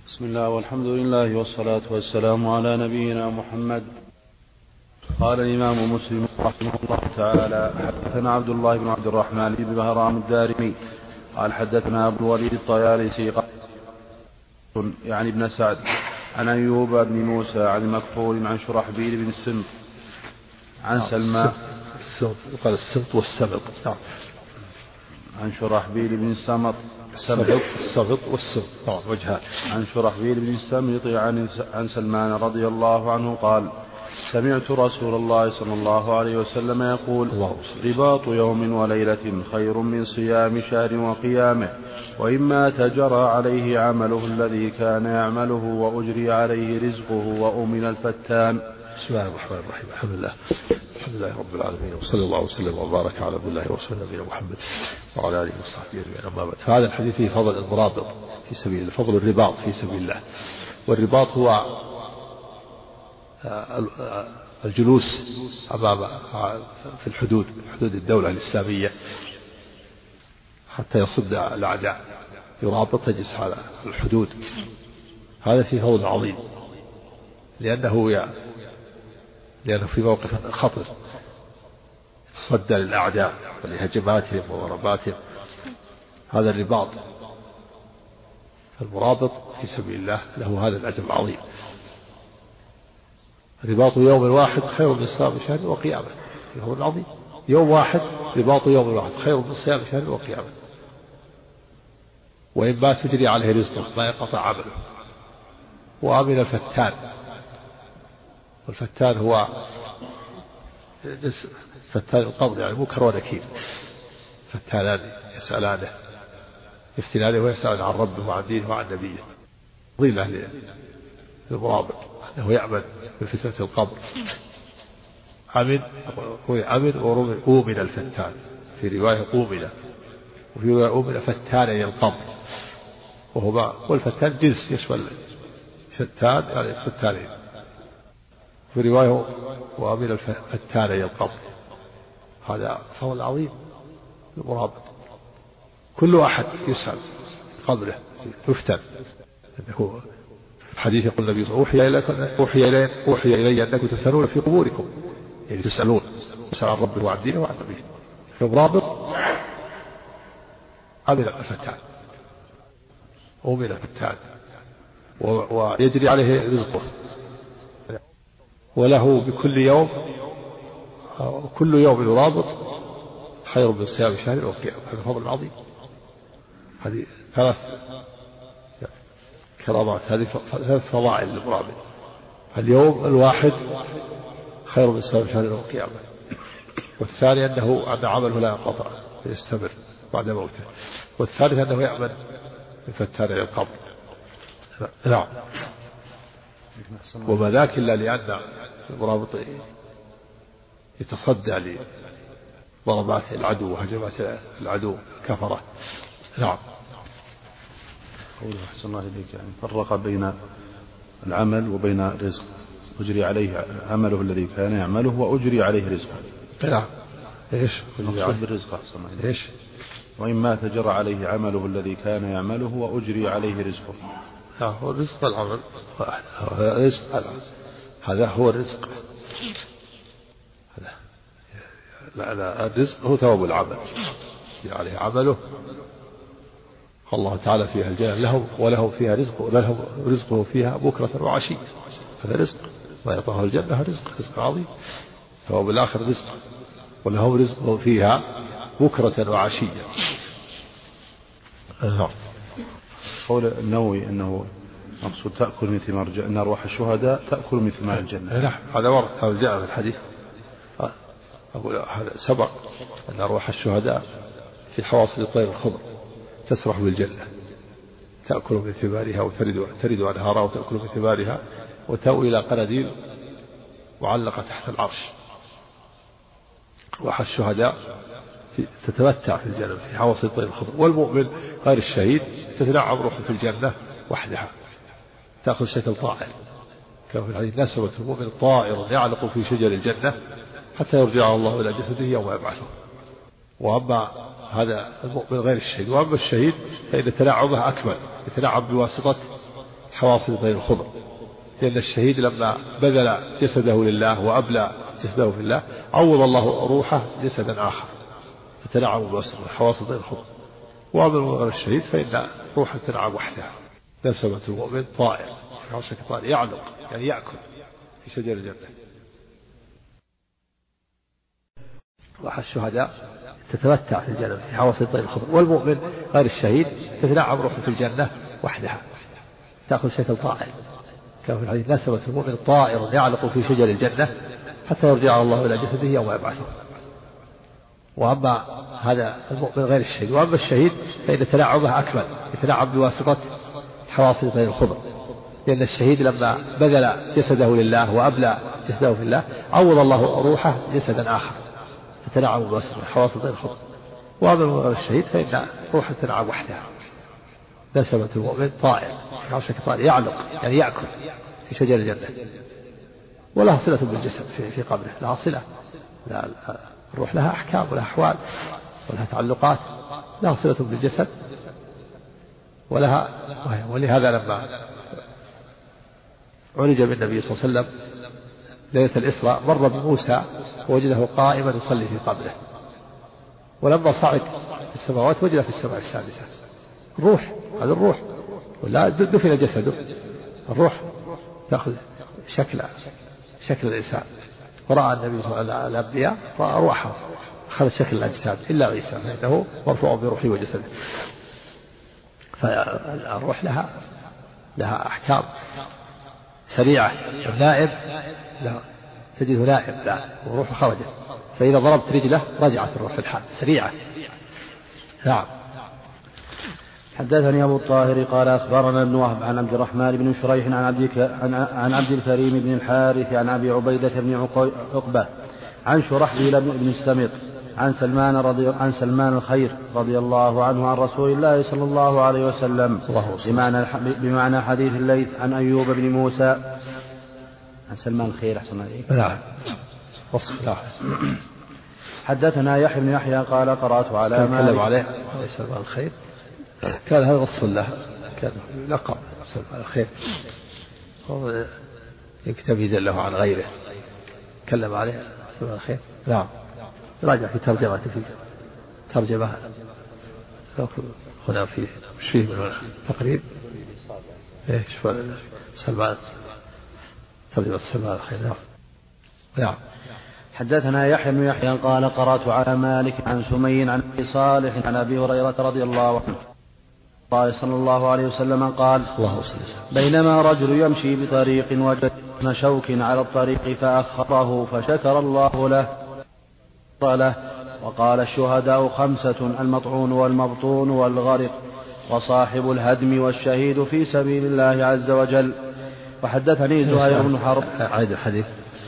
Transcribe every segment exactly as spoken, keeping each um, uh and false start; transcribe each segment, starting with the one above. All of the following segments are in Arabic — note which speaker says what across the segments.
Speaker 1: بسم الله والحمد لله والصلاة والسلام على نبينا محمد. قال الإمام مسلم رحمه الله تعالى: حدثنا عبد الله بن عبد الرحمن بن بهرام الدارمي قال حدثنا أبو الوليد الطيالسي يعني ابن سعد عن أيوب بن موسى عن مكحول عن شرحبيل بن السمط عن سلمان
Speaker 2: قال السمط والسمط
Speaker 1: عن شرحبيل بن السمط
Speaker 2: السمط والسمط وجهان
Speaker 1: عن شرحبيل بن السمط عن عن سلمان رضي الله عنه قال: سمعت رسول الله صلى الله عليه وسلم يقول: رباط يوم وليلة خير من صيام شهر وقيامه، وإما تجرى عليه عمله الذي كان يعمله وأجري عليه رزقه وأمن الفتان.
Speaker 2: بسم الله الرحمن الرحيم. الحمد لله الحمد لله رب العالمين، وصلى الله وسلم وبارك على عبد الله ورسوله نبينا محمد وعلى آله وصحبه أجمعين. أما بعد، فهذا الحديث فيه فضل المرابط في سبيل الله، فضل الرباط في سبيل الله. والرباط هو الجلوس أمام في الحدود حدود الدولة الإسلامية حتى يصد الأعداء، يرابط يجلس على الحدود. هذا فيه فضل عظيم، لأنه يا لأنه في موقف خطر يتصدى للأعداء ولهجماتهم وضرباتهم. هذا الرباط، المرابط في سبيل الله له هذا الأجر العظيم. رباط يوم واحد خير من صيام شهر وقيامه، هو العظيم. يوم واحد، رباط يوم واحد خير من صيام شهر وقيامه، وإما تجري عليه رزقه ما ينقطع عمله، وأمن الفتان. والفتان هو فتان القبض، يعني منكر ونكير، فتانان يسألانه يفتنانه ويسألان عن ربه وعن دينه وعن نبيه. ضيلة للمرابط أنه يأمن من فتنة القبر. أمن أمن وأومن الفتان، في رواية أومن، وفي رواية أومن فتان إلى القبر، وهما والفتان جنس يشمل فتان يعني فتانين. في رواية وأمن الفتان إلى القبر. هذا فضل عظيم للمرابط. كل أحد يسأل قبره يفتن. أنه حديث يقول النبي صلى الله عليه وسلم: أوحي إلي أوحي إلي أنكم تفتنون في قبوركم، يعني تسألون تسأل عن ربه وعن دينه وعن نبيه. فالرابط أمن الفتان، أمن الفتان، ويجري عليه رزقه، وله بكل يوم كل يوم يرابط خير من صيام شهر وقيامه. هذا فضل عظيم. هذه ثلاث كرامات، هذه ثلاث فضائل للمرابط. اليوم الواحد خير من صيام شهر وقيامه، والثاني أنه أن عمله لا ينقطع يستمر بعد موته، والثالث أنه يأمن من فتان إلى القبر. نعم. وما ذاك إلا لأن المرابط يتصدى لضربات العدو وهجمات العدو كفرة. نعم.
Speaker 1: قوله أحسن الله إليك، يعني فرق بين العمل وبين الرزق، أجري عليه عمله الذي كان يعمله وأجري عليه رزقه.
Speaker 2: نعم. إيش؟
Speaker 1: المقصود بالرزق أحسن الله إليك.
Speaker 2: إيش؟
Speaker 1: وإما تجرى عليه عمله الذي كان يعمله وأجري عليه رزقه.
Speaker 2: هو الرزق العمل، رزق العمل. هذا هو الرزق. لا لا الرزق هو ثواب العمل، عليه عمله الله تعالى فيها الجنة لهم، ولهم فيها رزق، ولهم رزقه فيها بكرة وعشية. هذا رزق ما يطهر الجنة، رزق رزق عظيم. ثواب الآخر رزق، ولهم رزقه فيها بكرة وعشية. نعم.
Speaker 1: قول النووي أنه مقصود تأكل من ثمار الجنة، أن أرواح الشهداء تأكل من ثمار الجنة.
Speaker 2: نعم، هذا ورد، هذا جاء في الحديث. أقول هذا سبق أن أرواح الشهداء في حواصل الطير الخضر تسرح بالجنة، تأكل من ثمارها وترد ترد أنهارها وتأكل من ثمارها، وتأوي إلى قناديل معلقة تحت العرش. أرواح الشهداء تتمتع في الجنة في حواصل الطير الخضر. والمؤمن غير الشهيد تتنعم روحه في الجنة وحدها، تأخذ شكل طائر، كما في الحديث: نسمة المؤمن طائر يعلق في شجر الجنة حتى يرجع الله إلى جسده يوم يبعثه. وأما هذا المؤمن غير الشهيد. وأما الشهيد فإن تنعمه أكمل، يتنعم بواسطة حواصل طير الخضر، لأن الشهيد لما بذل جسده لله وأبلى جسده في الله عوض الله روحه جسدا آخر فتنعم بوسط حواصل طير الخضر. وأما الشهيد فإن روحه تنعم وحدها. نسمة المؤمن طائر في حوصلة طائر يعلق يعني يأكل في شجر الجنة. روح الشهداء تتمتع في الجنة في حواصل طير الخضر، والمؤمن غير الشهيد تتنعم روحه في الجنة وحدها تأخذ شكل طائر، كما في الحديث نسمة المؤمن طائر يعلق في شجر الجنة حتى يرجع الله إلى جسده يوم يبعثه. وأما هذا المؤمن غير الشهيد. وأما الشهيد فإن تنعمه أكمل، يتنعم بواسطة حواصل طير الخضر، لأن الشهيد لما بذل جسده لله وأبلى جسده في الله عوض الله روحه جسدا آخر فتنعم بواسطة حواصل طير الخضر. وأما الشهيد فإن روحه تنعم وحدها. نسمة المؤمن طائر في حوصلة طائر يعلق يعني يأكل في شجر الجنة، ولها صلة بالجسد في, في قبره، لها صلة. لا الروح لها أحكام ولها أحوال ولها تعلقات، لها صلة بالجسد ولها. ولهذا لما عرج بالنبي صلى الله عليه وسلم ليلة الإسراء مر بموسى ووجده قائما يصلي في قبره، ولما صعد في السماوات وجد في السماء السادسة. الروح هذا الروح ولا دفن جسده، الروح تأخذ شكل شكل الإنسان. ورأى النبي صلى الله عليه وسلم الأنبياء رأى أرواحهم أخذ شكل الأجساد إلا عيسى فإنه مرفوع بروحه وجسده. فالروح لها لها أحكام سريعة. النائب لا تجده نائب لا وروحه خرجت، فإذا ضربت رجله رجعت الروح في الحال سريعة. نعم.
Speaker 1: حدثني أبو الطاهر قال أخبرنا ابن وهب عن عبد الرحمن بن شريح عن عبد عن عبد الكريم بن الحارث عن أبي عبيدة بن عقبة عن شرحبيل بن السمط عن سلمان رضي عن سلمان الخير رضي الله عنه عن رسول الله صلى الله عليه وسلم بمعنى بمعنى حديث الليث عن أيوب بن موسى عن سلمان الخير. أحسن عليك.
Speaker 2: نعم.
Speaker 1: حدثنا يحيى بن يحيى قال قرأت على
Speaker 2: ما تكلم عليه سلمان الخير، كان هذا وصف له، كان لقب سلمان الخير يكتب له عن غيره تكلم عليه سلمان الخير. نعم. راجع في ترجمة في ترجمة هنا في مش فيه من هنا تقريب ايش سلمان ترجمة سلمان الخير. نعم. نعم.
Speaker 1: حدثنا يحيى بن يحيى قال قرأت على مالك عن سمي عن أبي صالح عن أبي هريرة رضي الله عنه قال صلى الله عليه وسلم قال بينما رجل يمشي بطريق وجد شوك على الطريق فأخره فشكر الله له له وقال الشهداء خمسة المطعون والمبطون والغرق وصاحب الهدم والشهيد في سبيل الله عز وجل. وحدثني زهير بن حرب
Speaker 2: عيد الحديث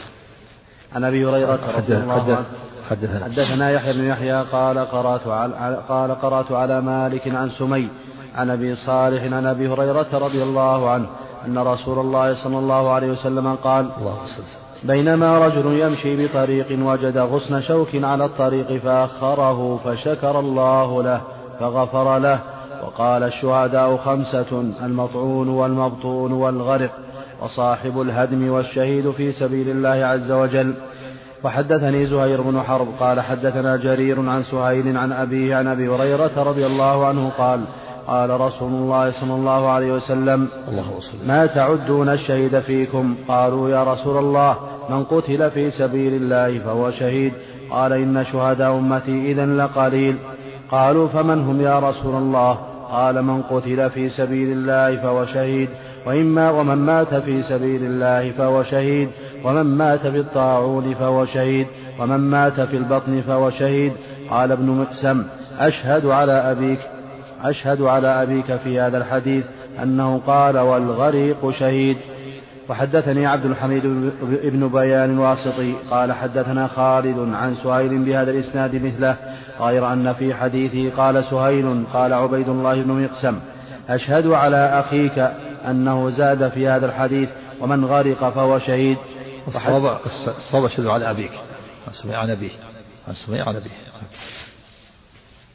Speaker 1: عن أبي هريرة رضي الله عنه
Speaker 2: حدثنا.
Speaker 1: حدثنا يحيى بن يحيى قال قرأت على قال قرأت على مالك عن سمي عن أبي صالح عن أبي هريرة رضي الله عنه أن رسول الله صلى الله عليه وسلم قال بينما رجل يمشي بطريق وجد غصن شوك على الطريق فأخره فشكر الله له فغفر له وقال الشهداء خمسة المطعون والمبطون والغرق وصاحب الهدم والشهيد في سبيل الله عز وجل. وحدثني زهير بن حرب قال حدثنا جرير عن سهيل عن أبيه عن أبي هريرة رضي الله عنه قال قال رسول الله صلى الله عليه وسلم ما تعدون الشهيد فيكم؟ قالوا يا رسول الله من قتل في سبيل الله فهو شهيد. قال إن شهداء أمتي إذن لقليل. قالوا فمن هم يا رسول الله؟ قال من قتل في سبيل الله فهو شهيد وإما ومن مات في سبيل الله فهو شهيد ومن مات في الطاعون فهو شهيد ومن مات في البطن فهو شهيد. قال ابن مقسم أشهد على أبيك أشهد على أبيك في هذا الحديث أنه قال والغريق شهيد. وحدثني عبد الحميد بن بيان الواسطي قال حدثنا خالد عن سهيل بهذا الإسناد مثله غير أن في حديثه قال سهيل قال عبيد الله بن مقسم أشهد على أخيك أنه زاد في هذا الحديث ومن غرق فهو شهيد.
Speaker 2: الصواب أشهد على أبيك عن سمي عن أبيه عن سمي عن أبيه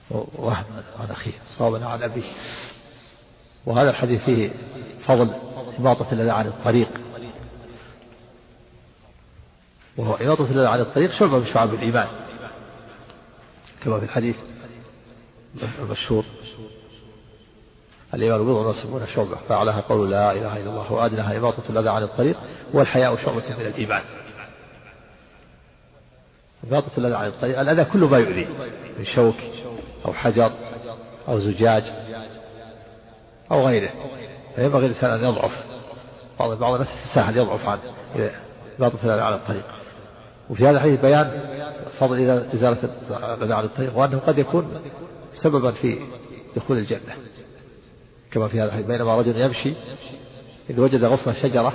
Speaker 2: وهم عن أخيه صوابا عن أبيه. وهذا الحديث فيه فضل إماطة الأذى عن الطريق، وهو إماطة الأذى عن الطريق شعبة من شعب الإيمان، كما في الحديث المشهور: الإيمان بضع وسبعون شعبة، فأعلاها قول لا إله إلا الله، وأدناها إماطة الأذى عن الطريق، والحياء شعبة من الإيمان. إماطة الأذى عن الطريق، الأذى كل ما يؤذي من شوك أو حجر أو زجاج أو غيره، فينبغي الإنسان أن يضعف. بعض بعض الناس تساهل يضعف عن إماطة الأذى عن الطريق. وفي هذا الحديث بيان فضل إزالة الأذى عن الطريق، وأنه قد يكون سببا في دخول الجنة، كما في هذا الحديث: بينما رجل يمشي إذ وجد غصن شجرة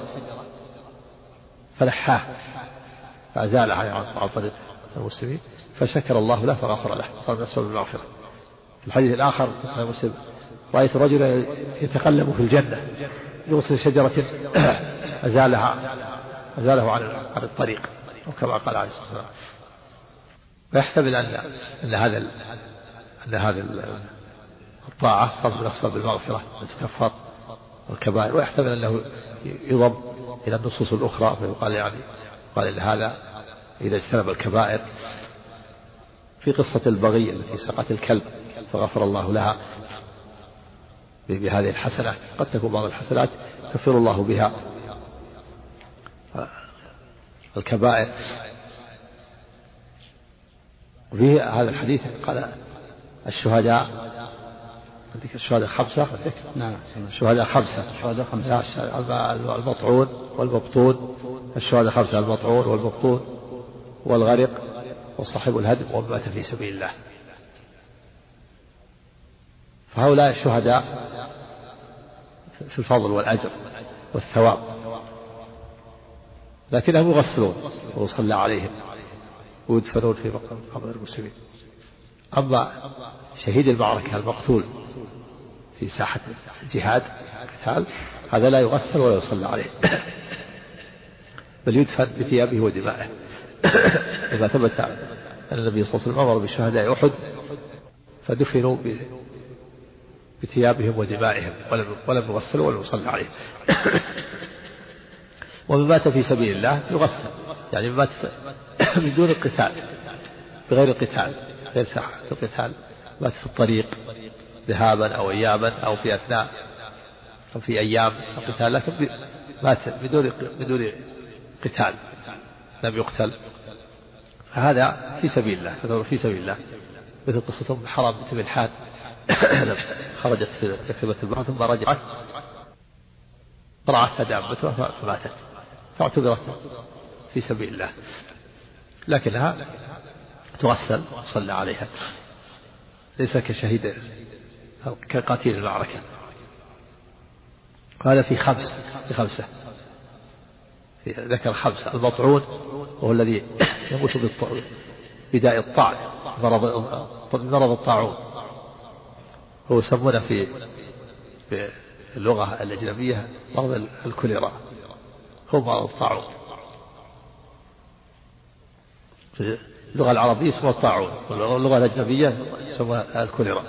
Speaker 2: فلحاه فأزالها عن طريق المسلمين، فشكر الله له فغفر له، صار من أسباب المغفرة. في الحديث الآخر في صحيح مسلم: رأيت رجلا يتقلب في الجنة بغصن شجرة أزالها أزاله عن عن الطريق، وكما قال عليه الصلاة والسلام. ويحتمل أن أن هذا أن هذا الطاعة صار من أسباب المغفرة وتكفر الكبائر، ويحتمل أنه يضم إلى النصوص الأخرى، فيقال يعني قال إن هذا إذا اجتنب الكبائر. في قصة البغي التي سقت الكلب فغفر الله لها بهذه الحسنة، قد تكون بعض الحسنات يكفر الله بها الكبائر. وفيه هذا الحديث قال: الشهداء الشهداء خمسة.
Speaker 1: نعم،
Speaker 2: الشهداء خمسة.
Speaker 1: الشهداء خمسة:
Speaker 2: المطعون والمبطون. الشهداء خمسة: المطعون والمبطون والغرق وصاحب الهدم ومن مات في سبيل الله. فهؤلاء الشهداء في الفضل والأجر والثواب، لكنهم يغسلون ويصلى عليهم ويدفنون في مقابر المسلمين. أما شهيد المعركة المقتول في ساحة الجهاد القتال، هذا لا يغسل ولا يصلى عليه، بل يدفن بثيابه ودمائه، إذا ثبت أن النبي صلى الله عليه وسلم أمر بشهداء أحد فدفنوا بثيابهم ودمائهم، ولم يغسلوا ولا يصلى عليه. ومن مات في سبيل الله يغسل، يعني من مات من دون القتال، بغير القتال، غير ساحة القتال، مات في الطريق ذهابا أو إيابا أو في أثناء أو في أيام القتال، لكن مات بدون بدون قتال لم يقتل، فهذا في سبيل الله، في سبيل الله. مثل قصة أم حرام بنت ملحان خرجت في مكتبة البحر ثم رجعت فرعتها دابتها فماتت، فاعتبرت في سبيل الله، لكنها تغسل وصلى عليها، ليس كشهيد كقاتل المعركة. قال في خمس في خمسة في ذكر خمسة: المطعون وهو الذي يموت بداء الطعن، مرض مرض الطاعون، هو يسمونه في في اللغة الأجنبية مرض الكوليرا، هو مرض الطاعون. في اللغة العربية اسمه الطاعون، واللغة الأجنبية يسمونها الكوليرا،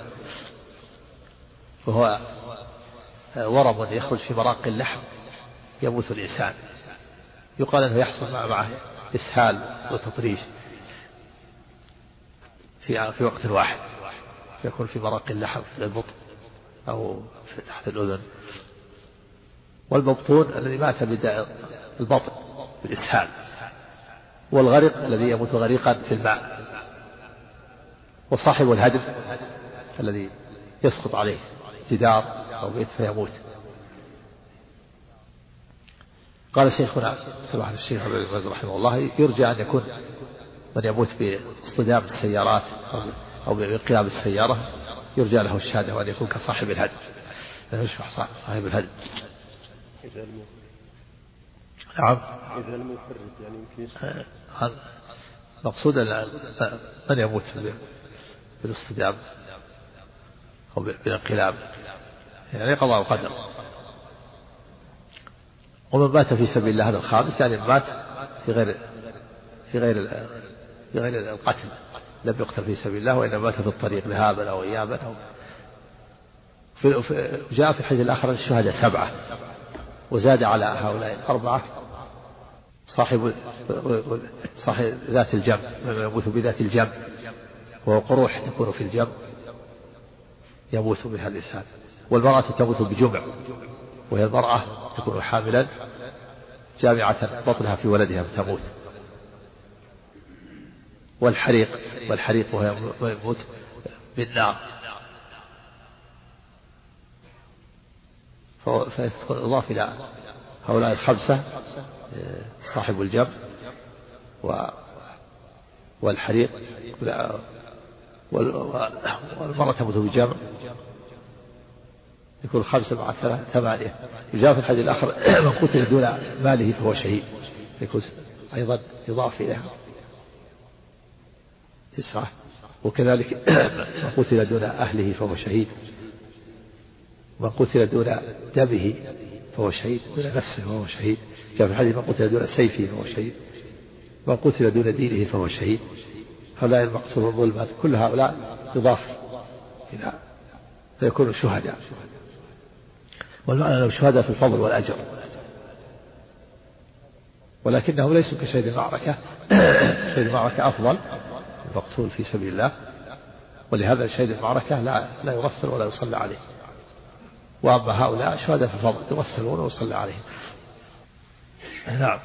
Speaker 2: وهو ورم يخرج في مراق اللحم يموت الإنسان، يقال أنه يحصل معه إسهال وتطريش في في وقت واحد، يكون في مراق اللحم في البطن أو في تحت الأذن. والمبطون الذي مات بداء البطن بالإسهال. والغرق الذي يموت غريقا في الماء. وصاحب الهدم الذي يسقط عليه جدار أو بيت فيموت. قال شيخنا سماحة الشيخ عبد العزيز رحمه الله: يرجى أن يكون من يموت باصطدام السيارات أو بانقلاب السيارة يرجى له الشهادة، وأن يكون كصاحب الهدم، لا يشبه صاحب الهدم. نعم.
Speaker 1: إذا لم يفرد يعني يمكن
Speaker 2: مقصود من يموت بالاصطدام أو بالانقلاب، يعني قضاء وقدر. ومن مات في سبيل الله هذا الخامس، يعني مات في غير في غير في غير القتل، لم يقتل في سبيل الله وإنما مات في الطريق ذهابا أو إيابا أو في جاء في الحديث الآخر الشهداء سبعة: وزاد على هؤلاء الأربعة صاحب صاحب ذات الجنب، يموت بذات الجنب، وهو قروح تكون في الجنب يموت بها الإنسان. والمرأة تموت بجمع، وهي المرأة تكون حاملا جامعة بطنها في ولدها فتموت. والحريق والحريق وهي يموت بالنار. فيضاف إلى هؤلاء الخمسة صاحب الجنب والحريق والمرأة تموت بالجمع، يكون خمسة مع ثلاثة ثمانية. وجاء في الحديث الآخر من قتل دون ماله فهو شهيد، يكون أيضا يضاف إليها تسعة. وكذلك من قتل دون أهله فهو شهيد، من قتل دون دمه فهو شهيد، دون نفسه فهو شهيد. جاء في الحديث من قتل دون سيفه فهو شهيد، من قتل دون دينه فهو شهيد. هؤلاء المقتول والظلمات كل هؤلاء يضاف إلى فيكونوا شهداء، والمعنى لو شهداء في الفضل والأجر، ولكنهم ليسوا كشهيد المعركة. شهيد المعركة أفضل المقتول في سبيل الله، ولهذا شهيد المعركة لا لا يغسل ولا يصلى عليه. وأما هؤلاء شهداء في الفضل يغسلون ويصلى عليهم. نعم.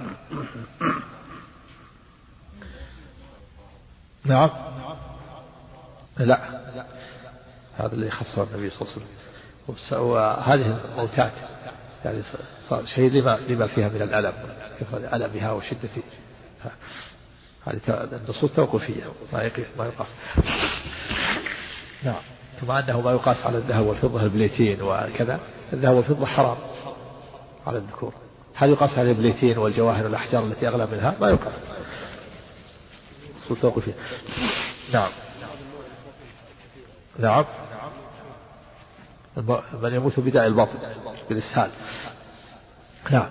Speaker 2: نعم. لا، هذا اللي خصه النبي صلى الله عليه وسلم. وهذه الموتات يعني صار شيء لما لما فيها من الألم، كثرة ألمها وشدة هذه النصوص توقفية ما يقيس ما يقاس. نعم. كما أنه ما يقاس على الذهب والفضة البليتين وكذا، الذهب والفضة حرام على الذكور. هل يقاس على البليتين والجواهر والأحجار التي أغلى منها؟ ما يقاس. نصوص توقفية. نعم. نعم. من يموت بداء البطن بالإسهال. نعم.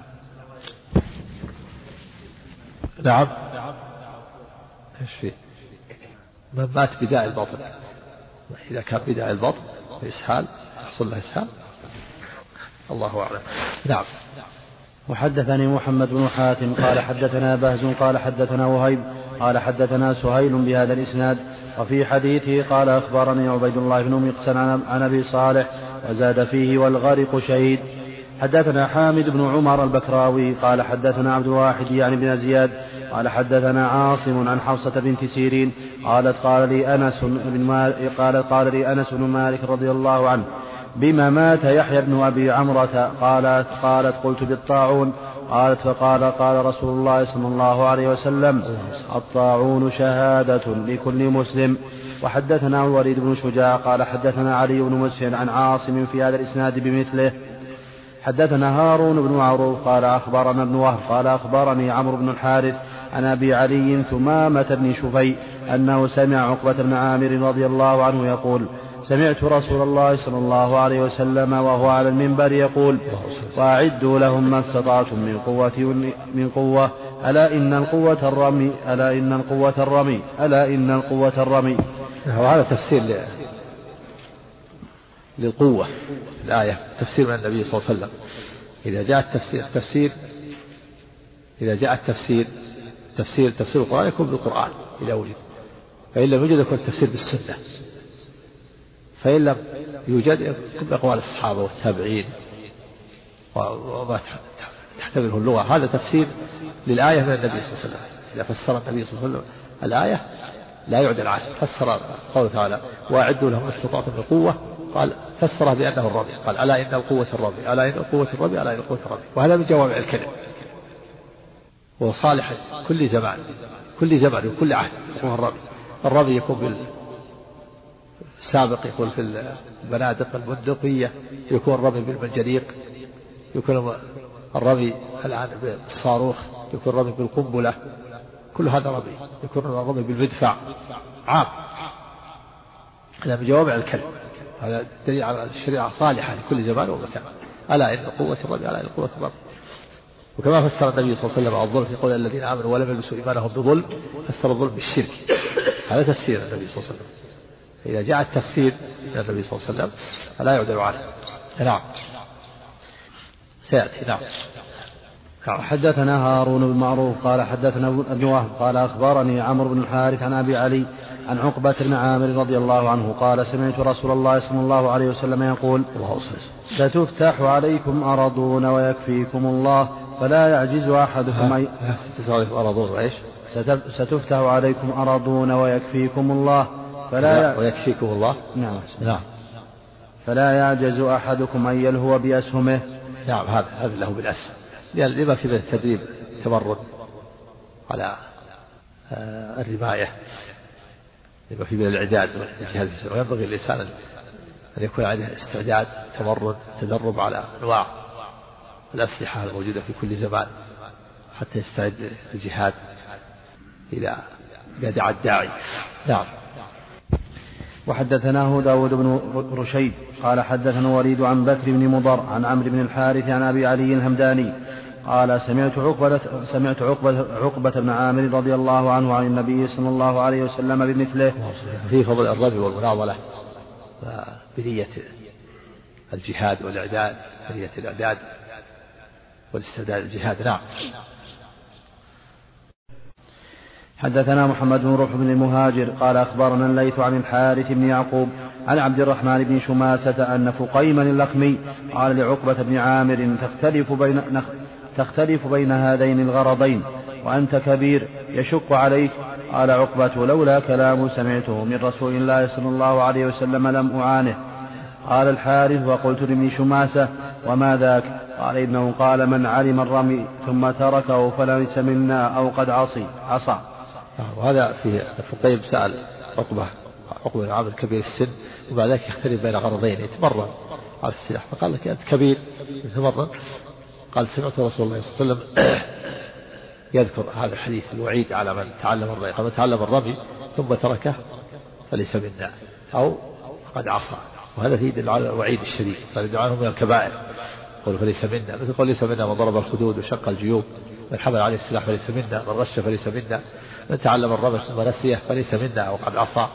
Speaker 2: نعم. ايش فيه؟ من مات بداء البطن، إذا كان بداء البطن بإسهال يحصل له إسهال، الله أعلم. نعم.
Speaker 1: وحدثني محمد بن حاتم قال حدثنا بهز قال حدثنا وهيب قال حدثنا سهيل بهذا الإسناد، وفي حديثه قال أخبرني عبيد الله بن مقسم عن أبي صالح وزاد فيه والغارق شهيد. حدثنا حامد بن عمر البكراوي قال حدثنا عبد الواحد يعني بن زياد قال حدثنا عاصم عن حفصة بنت سيرين قالت قال لي أنس بن مالك قالت قال لي أنس بن مالك رضي الله عنه بما مات يحيى بن أبي عمرة؟ قالت قالت قلت بالطاعون. قالت فقال قال رسول الله صلى الله عليه وسلم الطاعون شهادة لكل مسلم. وحدثنا الوليد بن شجاع قال حدثنا علي بن مسهر عن عاصم في هذا الإسناد بمثله. حدثنا هارون بن معروف قال أخبرنا ابن وهب قال أخبرني عمرو بن الحارث عن أبي علي ثمامة بن شفي أنه سمع عقبة بن عامر رضي الله عنه يقول سمعت رسول الله صلى الله عليه وسلم وهو على المنبر يقول وأعدوا لهم ما استطعتم من قوة من قوة ألا إن القوة الرمي ألا إن القوة الرمي ألا إن القوة الرمي.
Speaker 2: وهذا تفسير للقوة الآية، تفسير من النبي صلى الله عليه وسلم. إذا جاء التفسير تفسير إذا جاء التفسير تفسير تفسير القرآن يكون بالقرآن إذا وجد، فإن لم يوجد يكون التفسير بالسنة، فإن لم يوجد يكون بأقوال الصحابة والتابعين وما تحتمله اللغة. هذا تفسير للآية من النبي صلى الله عليه وسلم. إذا فسر النبي صلى الله عليه وسلم الآية لا يعدل عنه. فسر قوله تعالى وأعدوا لهم ما استطعتم من قوة، قال فسره بأنه الرمي، قال ألا إن القوة الرمي ألا إن القوة الرمي ألا إن القوة الرمي. وهذا من جوامع الكلم، وصالح كل زمان كل زمان وكل عهد يكون الرمي. الرمي يكون بالسابق، يكون في البنادق البندقية، يكون الرمي بالمنجنيق، يكون الرمي الآن بالصاروخ، يكون الرمي بالقنبلة، كل هذا رمي. يكون الرمي بالمدفع عام. هذا من جوامع الكلم. هذا دليل على الشريعة صالحة لكل زمان ومكان. ألا إن قوة الرمي ألا إن قوة الرمي. وكما فسر النبي صلى الله عليه وسلم الظلم في قول الذين آمنوا ولم يلبسوا إيمانهم بظلم، فسر الظلم بالشرك. هذا تفسير النبي صلى الله عليه وسلم. إذا جاء التفسير من النبي صلى الله عليه وسلم فلا يعدل عنه. نعم. سيأتي. نعم.
Speaker 1: حدثنا هارون بن معروف قال حدثنا ابن وهب قال أخبرني عمرو بن الحارث عن أبي علي عن عقبة بن عامر رضي الله عنه قال سمعت رسول الله صلى الله عليه وسلم يقول ستفتح عليكم أرضون ويكفيكم الله فلا يعجز أحدكم أي ستفتح عليكم أرضون ويكفيكم الله فلا
Speaker 2: ويكفيكم الله.
Speaker 1: نعم.
Speaker 2: نعم.
Speaker 1: فلا يعجز أحدكم أن يلهو بأسهمه.
Speaker 2: نعم. هذا هذا له بالأسهم لما في التدريب تمرد على الرماية لما في الإعداد والجهاد في سبيل وينبغي الإنسان أن يكون عنده استعداد تمرد تدرب على أنواع الأسلحة الموجودة في كل زمان حتى يستعد الجهاد إذا دعا الداعي. نعم.
Speaker 1: وحدثناه داود بن رشيد قال حدثنا وليد عن بكر بن مضر عن عمرو بن الحارث عن أبي علي الهمداني قال سمعت عقبة سمعت عقبة عقبة بن عامر رضي الله عنه عن النبي صلى الله عليه وسلم بمثله
Speaker 2: في فضل الرمي والمناضلة بنية الجهاد والإعداد بنية الإعداد والاستعداد الجهاد. نعم.
Speaker 1: حدثنا محمد بن روح بن المهاجر قال أخبرنا الليث عن الحارث بن يعقوب عن عبد الرحمن بن شماسة أن فقيما اللخمي قال لعقبة بن عامر تختلف بين تختلف بين هذين الغرضين وأنت كبير يشق عليك. قال عقبة لولا كلام سمعته من رسول الله صلى الله عليه وسلم لم أعانه. قال الحارث وقلت لابن شماسة وما ذاك؟ قال إنه قال من علم الرمي ثم تركه فليس منا أو قد عصي عصى.
Speaker 2: وهذا في فقيم سأل عقبة عقبة بن عامر كبير السن وبعد ذلك يختلف بين غرضين يتمرن على السلاح فقال لك أنت كبير يتمرن. قال سمعت رسول الله صلى الله عليه وسلم يذكر هذا الحديث الوعيد على من تعلم الرمي قال من تعلم الرمي ثم تركه فليس منا أو قد عصى. وهذا يدل على الوعيد الشديد فيدل عنه من الكبائر قول فليس منا مثل قول ليس منا من ضرب الخدود وشق الجيوب من حمل عليه السلاح فليس منا من غش فليس منا من تعلم الرمي ثم نسيه فليس منا أو قد عصى.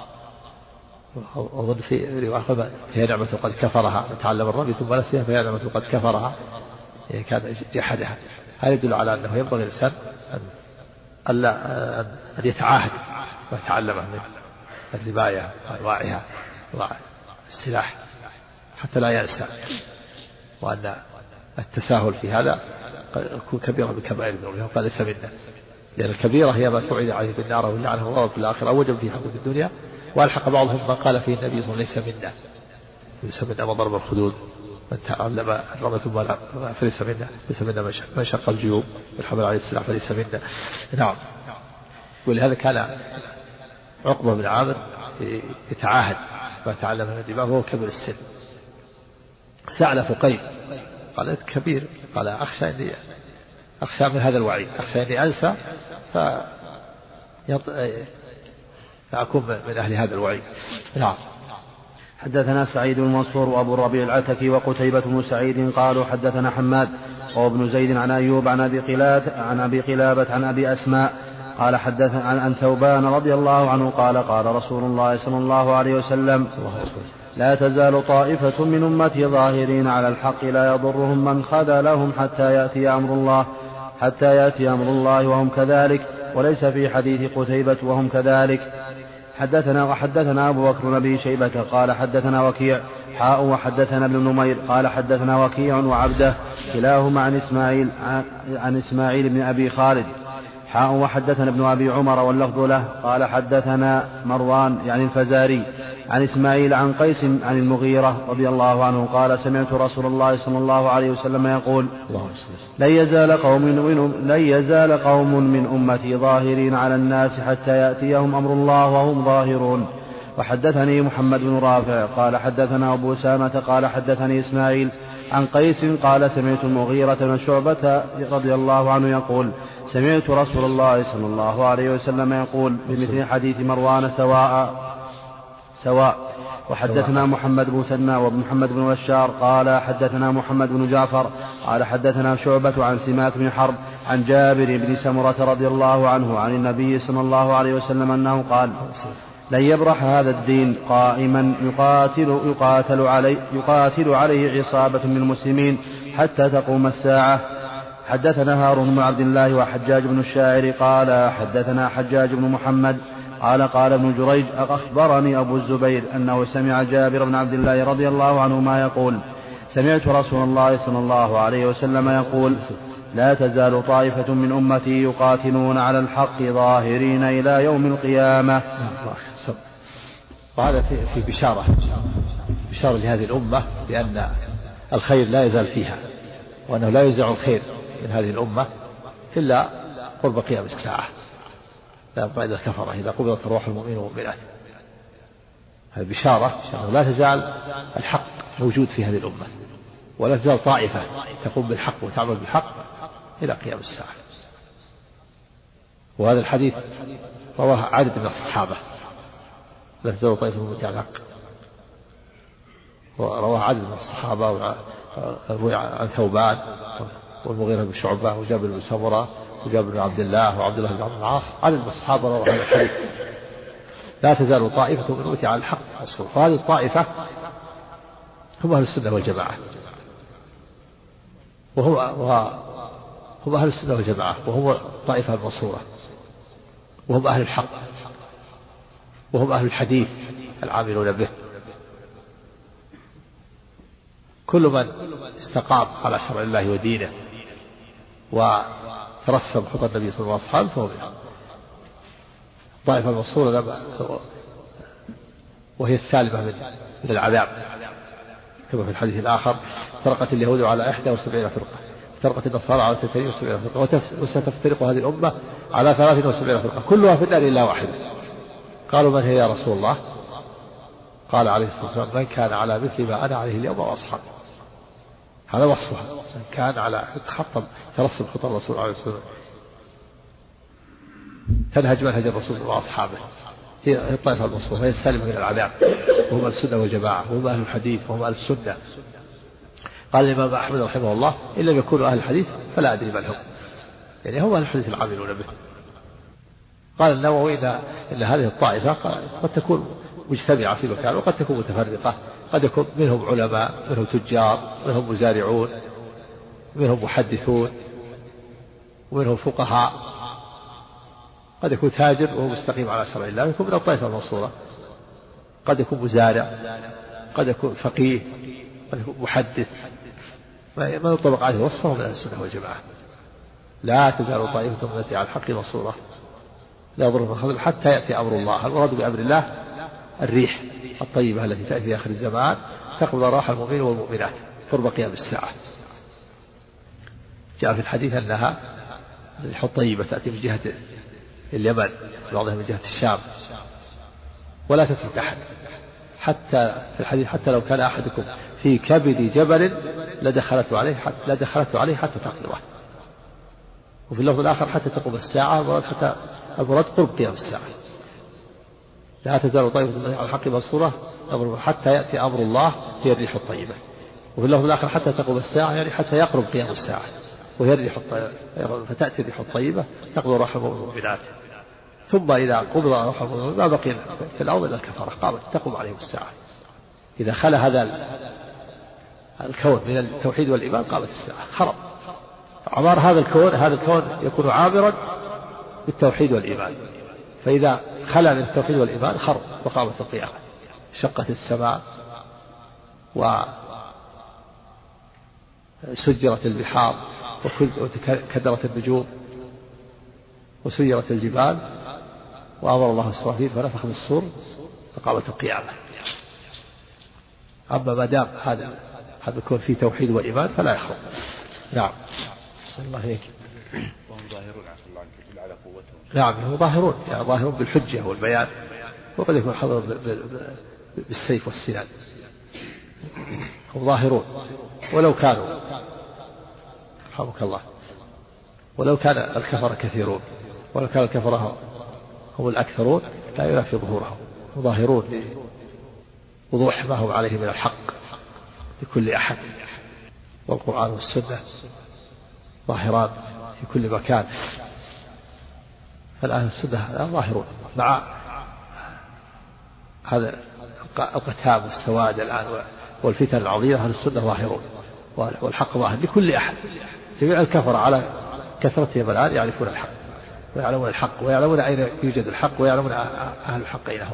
Speaker 2: أظن في رواية فهي نعمة قد كفرها من تعلم الرمي ثم نسيه فهي نعمة قد كفرها يعني كان جحدها. هذا يدل على أنه ينبغي الإنسان أن أن يتعاهد ما تعلمه من الرماية وأنواعها والسلاح حتى لا ينسى وأن التساهل في هذا يكون كبيرا بكبائر الذنوب قال ليس منا لأن الكبيرة هي ما توعد عليه بالنار ولعنه الله في الآخرة وجب في حقوق الدنيا. والحق بعضهم ما قال فيه النبي صلى الله عليه وسلم ليس منا ليس منا من ضرب الخدود من تعلم الرمي ثم فليس منا ليس منا من شق الجيوب والحمل عليه السلاح فليس منا. نعم. ولهذا كان عقبة بن عامر يتعاهد ما تعلم من الدماء وهو كبير السن. سأل فقيم قال أنت كبير قال أخشى أني أخشى من هذا الوعيد أخشى أني أنسى فأكون من أهل هذا الوعيد. نعم.
Speaker 1: حدثنا سعيد بن منصور وأبو الربيع العتكي وقتيبة بن سعيد قالوا حدثنا حماد وابن زيد عن أيوب عن أبي قلابة عن أبي قلابة عن أبي أسماء قال حدثنا عن ثوبان رضي الله عنه قال قال رسول الله صلى الله عليه وسلم لا تزال طائفة من أمتي ظاهرين على الحق لا يضرهم من خذلهم حتى يأتي أمر الله حتى يأتي أمر الله وهم كذلك. وليس في حديث قتيبة وهم كذلك. حدثنا وحدثنا أبو بكر بن أبي شيبة قال حدثنا وكيع حاء وحدثنا ابن نمير قال حدثنا وكيع وعبده كلاهما عن إسماعيل عن إسماعيل بن أبي خالد حاء وحدثنا ابن أبي عمر واللفظ له قال حدثنا مروان يعني الفزاري عن إسماعيل عن قيس عن المغيرة رضي الله عنه قال سمعت رسول الله صلى الله عليه وسلم يقول لن يزال قوم من لن يزال قوم من أمتي ظاهرين على الناس حتى يأتيهم أمر الله وهم ظاهرون. وحدثني محمد بن رافع قال حدثنا أبو سامة قال حدثني إسماعيل عن قيس قال سمعت المغيرة بن شعبة رضي الله عنه يقول سمعت رسول الله صلى الله عليه وسلم يقول بمثل حديث مروان سواء سواء. وحدثنا محمد بن سنة ومحمد بن بشار قال حدثنا محمد بن جعفر قال حدثنا شعبة عن سماك بن حرب عن جابر بن سمرة رضي الله عنه عن النبي صلى الله عليه وسلم أنه قال لن يبرح هذا الدين قائما يقاتل, يقاتل, علي يقاتل عليه عصابة من المسلمين حتى تقوم الساعة. حدثنا هارون بن عبد الله وحجاج بن الشاعر قال حدثنا حجاج بن محمد قال قال ابن جريج أخبرني أبو الزبير أنه سمع جابر بن عبد الله رضي الله عنهما يقول سمعت رسول الله صلى الله عليه وسلم يقول لا تزال طائفة من أمتي يقاتلون على الحق ظاهرين إلى يوم القيامة.
Speaker 2: وهذا في, في بشارة بشارة لهذه الأمة بأن الخير لا يزال فيها، وأنه لا يزع الخير من هذه الأمة إلا قرب قيام الساعة، لا يبقى إلا الكفرة إذا قبضت أرواح المؤمنين والمؤمنات. هذه بشارة أنه لا تزال الحق موجود في هذه الأمة، ولا تزال طائفة تقوم بالحق وتعمل بالحق إلى قيام الساعة. وهذا الحديث رواه عدد من الصحابة، لا تزال طائفة من أمتي على الحق، ورواه عدد من الصحابة، روي عن ثوبان والمغيرة بن شعبة وجابر بن سمرة وجابر بن عبد الله وعبد الله بن عبد العاص، عدد من الصحابة رواه هذا الحديث. لا تزال طائفة من أمتي على الحق مصروف. وهذه الطائفة هم أهل السنة والجماعة، وهم هم أهل السنة والجماعة، وهم الطائفة المنصورة، وهم أهل الحق، وهم أهل الحديث العاملون به. كل من استقام على شرع الله ودينه وترسم خطى النبي صلى الله عليه وسلم فهو منهم. الطائفة المنصورة وهي السالمة من العذاب، كما في الحديث الآخر افترقت اليهود على إحدى وسبعين فرقة، افترقت النصارى على اثنتين وسبعين فرقة، وستفترق هذه الأمة على ثلاث وسبعين فرقة كلها في النار إلا واحدة. قالوا من هي يا رسول الله؟ قال عليه الصلاة والسلام من كان على مثل ما أنا عليه اليوم وأصحابي. هذا وصفها، من كان على خط ترسم خطى الرسول عليه الصلاة والسلام تنهج منهج الرسول وأصحابه، هي الطائفة المنصورة، هي السالمة من العذاب، وهم السنة والجماعة، وهم أهل الحديث، وهم أهل السنة. قال الإمام أحمد رحمه الله إن لم يكونوا أهل الحديث فلا أدري من هم، يعني هم أهل الحديث العاملون به. قال النووي إن, إن هذه الطائفة قد تكون مجتمعة في مكان وقد تكون متفرقة، قد يكون منهم علماء، منهم تجار، منهم مزارعون، منهم محدثون، ومنهم فقهاء، قد يكون تاجر وهو مستقيم على شرع الله، يكون من الطائفة المنصورة، قد يكون مزارع، قد يكون فقيه، قد يكون محدث، ما ينطبق عليه وصفه من السنة والجماعة. لا تزال طائفة من التي على الحق منصورة لا يضر من خذل حتى يأتي أمر الله. المراد بأمر الله الريح الطيبة التي تأتي في آخر الزمان تقبض أرواح المؤمنين والمؤمنات قرب قيام الساعة. جاء في الحديث أنها الريح الطيبة تأتي من جهة اليمن، بعضها من جهة الشام، ولا تترك أحد، حتى في الحديث حتى لو كان أحدكم في كبد جبل لدخلت عليه حتى لدخلت عليه حتى تقبضه. وفي اللفظ الآخر حتى تقوم الساعة، المراد حتى المراد قرب قيام الساعة. لا تزال طائفة على الحق منصورة حتى يأتي أمر الله هي الريح الطيبة. وفي اللفظ الآخر حتى تقوم الساعة، يعني حتى يقرب قيام الساعة، وهي الريح الطيبة، فتأتي الريح الطيبة تقبض روح المؤمنات. ثم إذا قبض روح المؤمنات ما بقي في الأرض إلا الكفرة، قامت تقوم عليهم الساعة. إذا خلا هذا الكون من التوحيد والإيمان قامت الساعة، خرب عمار هذا الكون. هذا الكون يكون عامرا بالتوحيد والإيمان، فإذا خلا من التوحيد والإيمان خرب وقامت القيامة. شقت السماء وسجرت البحار وكدرت النجوم وسيرت الجبال، وأمر الله إسرافيل فنفخ في الصور فقامت القيامة. أما ما دام هذا هذا يكون فيه توحيد وإيمان فلا يخرب. نعم. صلى الله عليه وسلم.
Speaker 1: وهم ظاهرون على قوتهم.
Speaker 2: نعم هم ظاهرون، يعني ظاهرون بالحجة والبيان، وقد يكون حضر بالسيف والسنان. هم ظاهرون ولو كانوا رحمك الله ولو كان الكفرة كثيرون، ولو كان الكفرة هم الأكثرون لا ينافي ظهورهم. ظاهرون لوضوح ما هم عليه من الحق لكل أحد، والقرآن والسنة ظاهران في كل مكان. فالآن السنة ظاهرون مع هذا القتام والسواد الآن والفتن العظيمة. أهل السنة ظاهرون والحق ظاهر لكل أحد. جميع الكفر على كثرتهم الآن يعرفون الحق ويعلمون الحق ويعلمون أين يوجد الحق ويعلمون أهل الحق أين هم.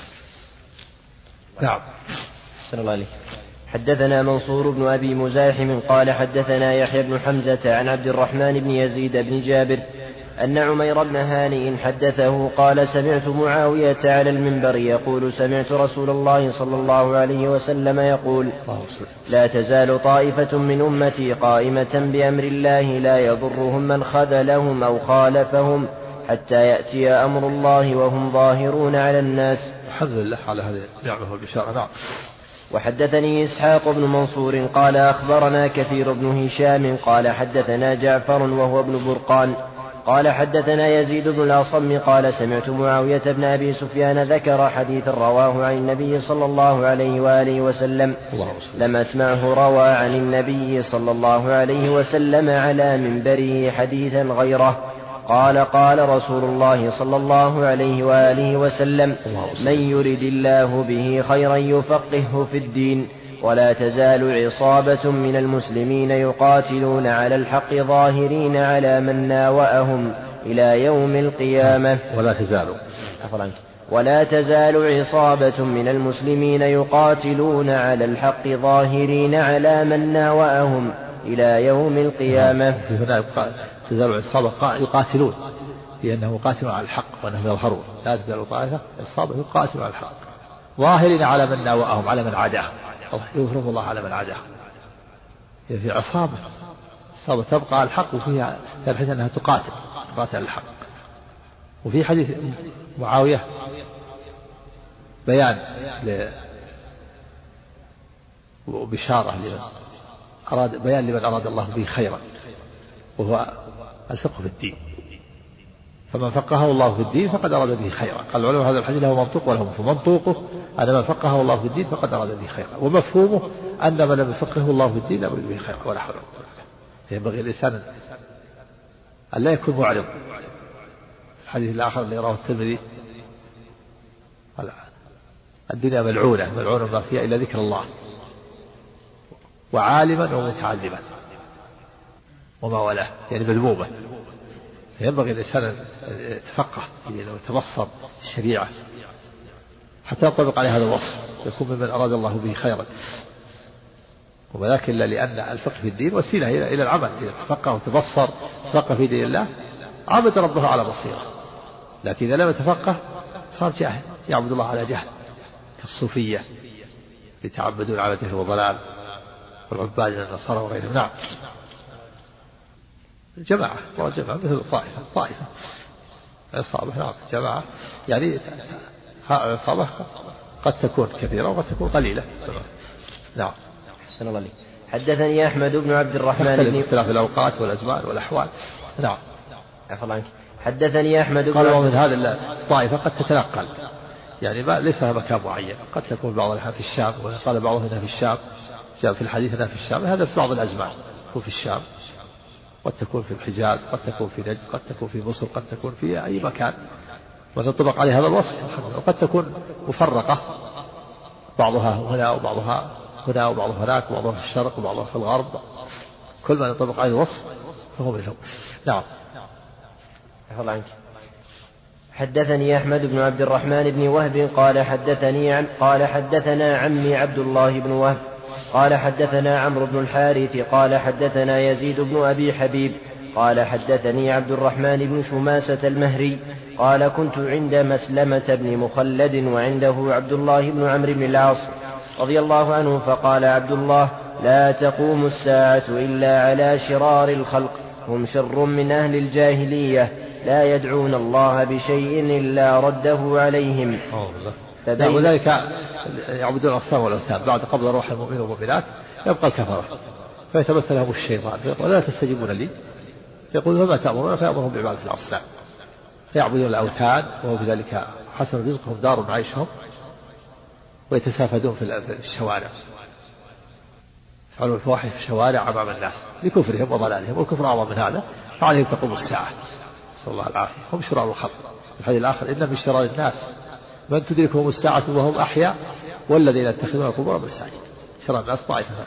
Speaker 2: نعم.
Speaker 3: أحسن الله عليك. حدثنا منصور بن أبي مزاحم قال حدثنا يحيى بن حمزة عن عبد الرحمن بن يزيد بن جابر أن عمير بن هانئ حدثه قال سمعت معاوية على المنبر يقول سمعت رسول الله صلى الله عليه وسلم يقول لا تزال طائفة من أمتي قائمة بأمر الله لا يضرهم من خذلهم أو خالفهم حتى يأتي أمر الله وهم ظاهرون على الناس.
Speaker 2: الحمد لله على هذه النعمة والبشارة. نعم.
Speaker 3: وحدثني إسحاق بن منصور قال أخبرنا كثير بن هشام قال حدثنا جعفر وهو ابن برقان قال حدثنا يزيد بن الأصم قال سمعت معاوية بن أبي سفيان ذكر حديثا رواه عن النبي صلى الله عليه وآله وسلم لم أسمعه روى عن النبي صلى الله عليه وسلم على منبره حديثا غيره قال قال رسول الله صلى الله عليه وآله وسلم من يرد الله به خيرا يفقهه في الدين ولا تزال عصابة من المسلمين يقاتلون على الحق ظاهرين على من ناوأهم إلى يوم القيامة.
Speaker 2: ولا تزال
Speaker 3: ولا تزال عصابة من المسلمين يقاتلون على الحق ظاهرين على من ناوأهم إلى يوم القيامة.
Speaker 2: هنا تزال عصابة يقاتلون لأنه يقاتلون على الحق وأنهم يظهرون. لا تزال طائفة عصابة يقاتلون على الحق ظاهرين على من ناوأهم على من عاداهم. يظهرهم الله على من عاداهم. في عصابة عصابة تبقى على الحق وفيها بحيث أنها تقاتل تقاتل على الحق. وفي حديث معاوية بيان وبشارة لمن أراد بيان لمن أراد الله به خيرا وهو الفقه في الدين. فمن فقهه الله في الدين فقد أراد به خيرا. قال العلماء هذا الحديث له منطوق وله مفهوم. منطوقه أن من فقهه الله في الدين فقد أراد به خيرا ومفهومه أن من لم يفقهه الله في الدين لا يريد به خيرا ولا حول ولا قوة. ينبغي الإنسان أن لا يكون معرض. الحديث الآخر اللي رواه الترمذي الدنيا ملعونة ملعونة ما فيها إلا ذكر الله وعالما ومتعلما وما ولاه يعني مذمومة. ينبغي الإنسان أن يتفقه ويتبصر الشريعة حتى يطبق عليه هذا الوصف يكون ممن أراد الله به خيرا. ولكن لأن الفقه في الدين وسيلة إلى العمل. إذا تفقه وتبصر تفقه في دين الله عبد ربه على بصيرة. لكن إذا لم يتفقه صار جاهل يعبد الله على جهل كالصوفية يتعبدون على جهل وضلال والعباد النصارى وغيرهم. نعم. جماعة جماعة مثل طائفة طائفة عصابة. نعم. جماعة يعني عصابة قد تكون كثيرة وقد تكون قليلة. نعم.
Speaker 3: أحسن الله عليك. حدثني أحمد بن عبد الرحمن بن
Speaker 2: اختلاف الأوقات والأزمان والأحوال. نعم.
Speaker 3: عفوا عنك. حدثني أحمد بن
Speaker 2: قالوا من هذا الطائفة قد تتنقل يعني ما ليس لها مكان معين. قد تكون بعضها في الشام وقال بعضها هنا في الشام جاء في الحديث هنا في الشام. هذا في بعض الأزمان تكون في الشام قد تكون في الحجاز قد تكون في نجد قد تكون في مصر قد تكون في أي مكان وتنطبق عليه هذا الوصف. وقد تكون مفرقة بعضها هنا وبعضها هنا وبعضها هناك وبعضها في الشرق وبعضها في الغرب. كل ما ينطبق عليه الوصف فهو منهم. نعم.
Speaker 3: الله عنك. حدثني أحمد بن عبد الرحمن بن وهب قال حدثني عم قال حدثنا عمي عبد الله بن وهب قال حدثنا عمرو بن الحارث قال حدثنا يزيد بن أبي حبيب قال حدثني عبد الرحمن بن شماسة المهري قال كنت عند مسلمة بن مخلد وعنده عبد الله بن عمرو بن العاص رضي الله عنه فقال عبد الله لا تقوم الساعة إلا على شرار الخلق هم شر من أهل الجاهلية لا يدعون الله بشيء إلا رده عليهم.
Speaker 2: فبين وذلك يعبدون الأصنام والأوثان بعد قبض روح المؤمنين والمؤمنات يبقى الكفرة فيتمثل لهم الشيطان فيقول لا تستجيبون لي يقول فما تأمرون فيأمرهم بعبادة الأصنام فيعبدون الأوثان وهو بذلك حسن رزقهم دار عيشهم ويتسافدون في الشوارع يفعلون الفواحش في الشوارع أمام الناس لكفرهم وضلالهم والكفر أعظم من هذا فعليهم تقوم الساعة نسأل الله العافية. هم شرار الخلق. الحديث الآخر إن من شرار الناس من تدركهم الساعة وهم أحياء والذين يتخذون القبور مساجد. شرار الناس طائفة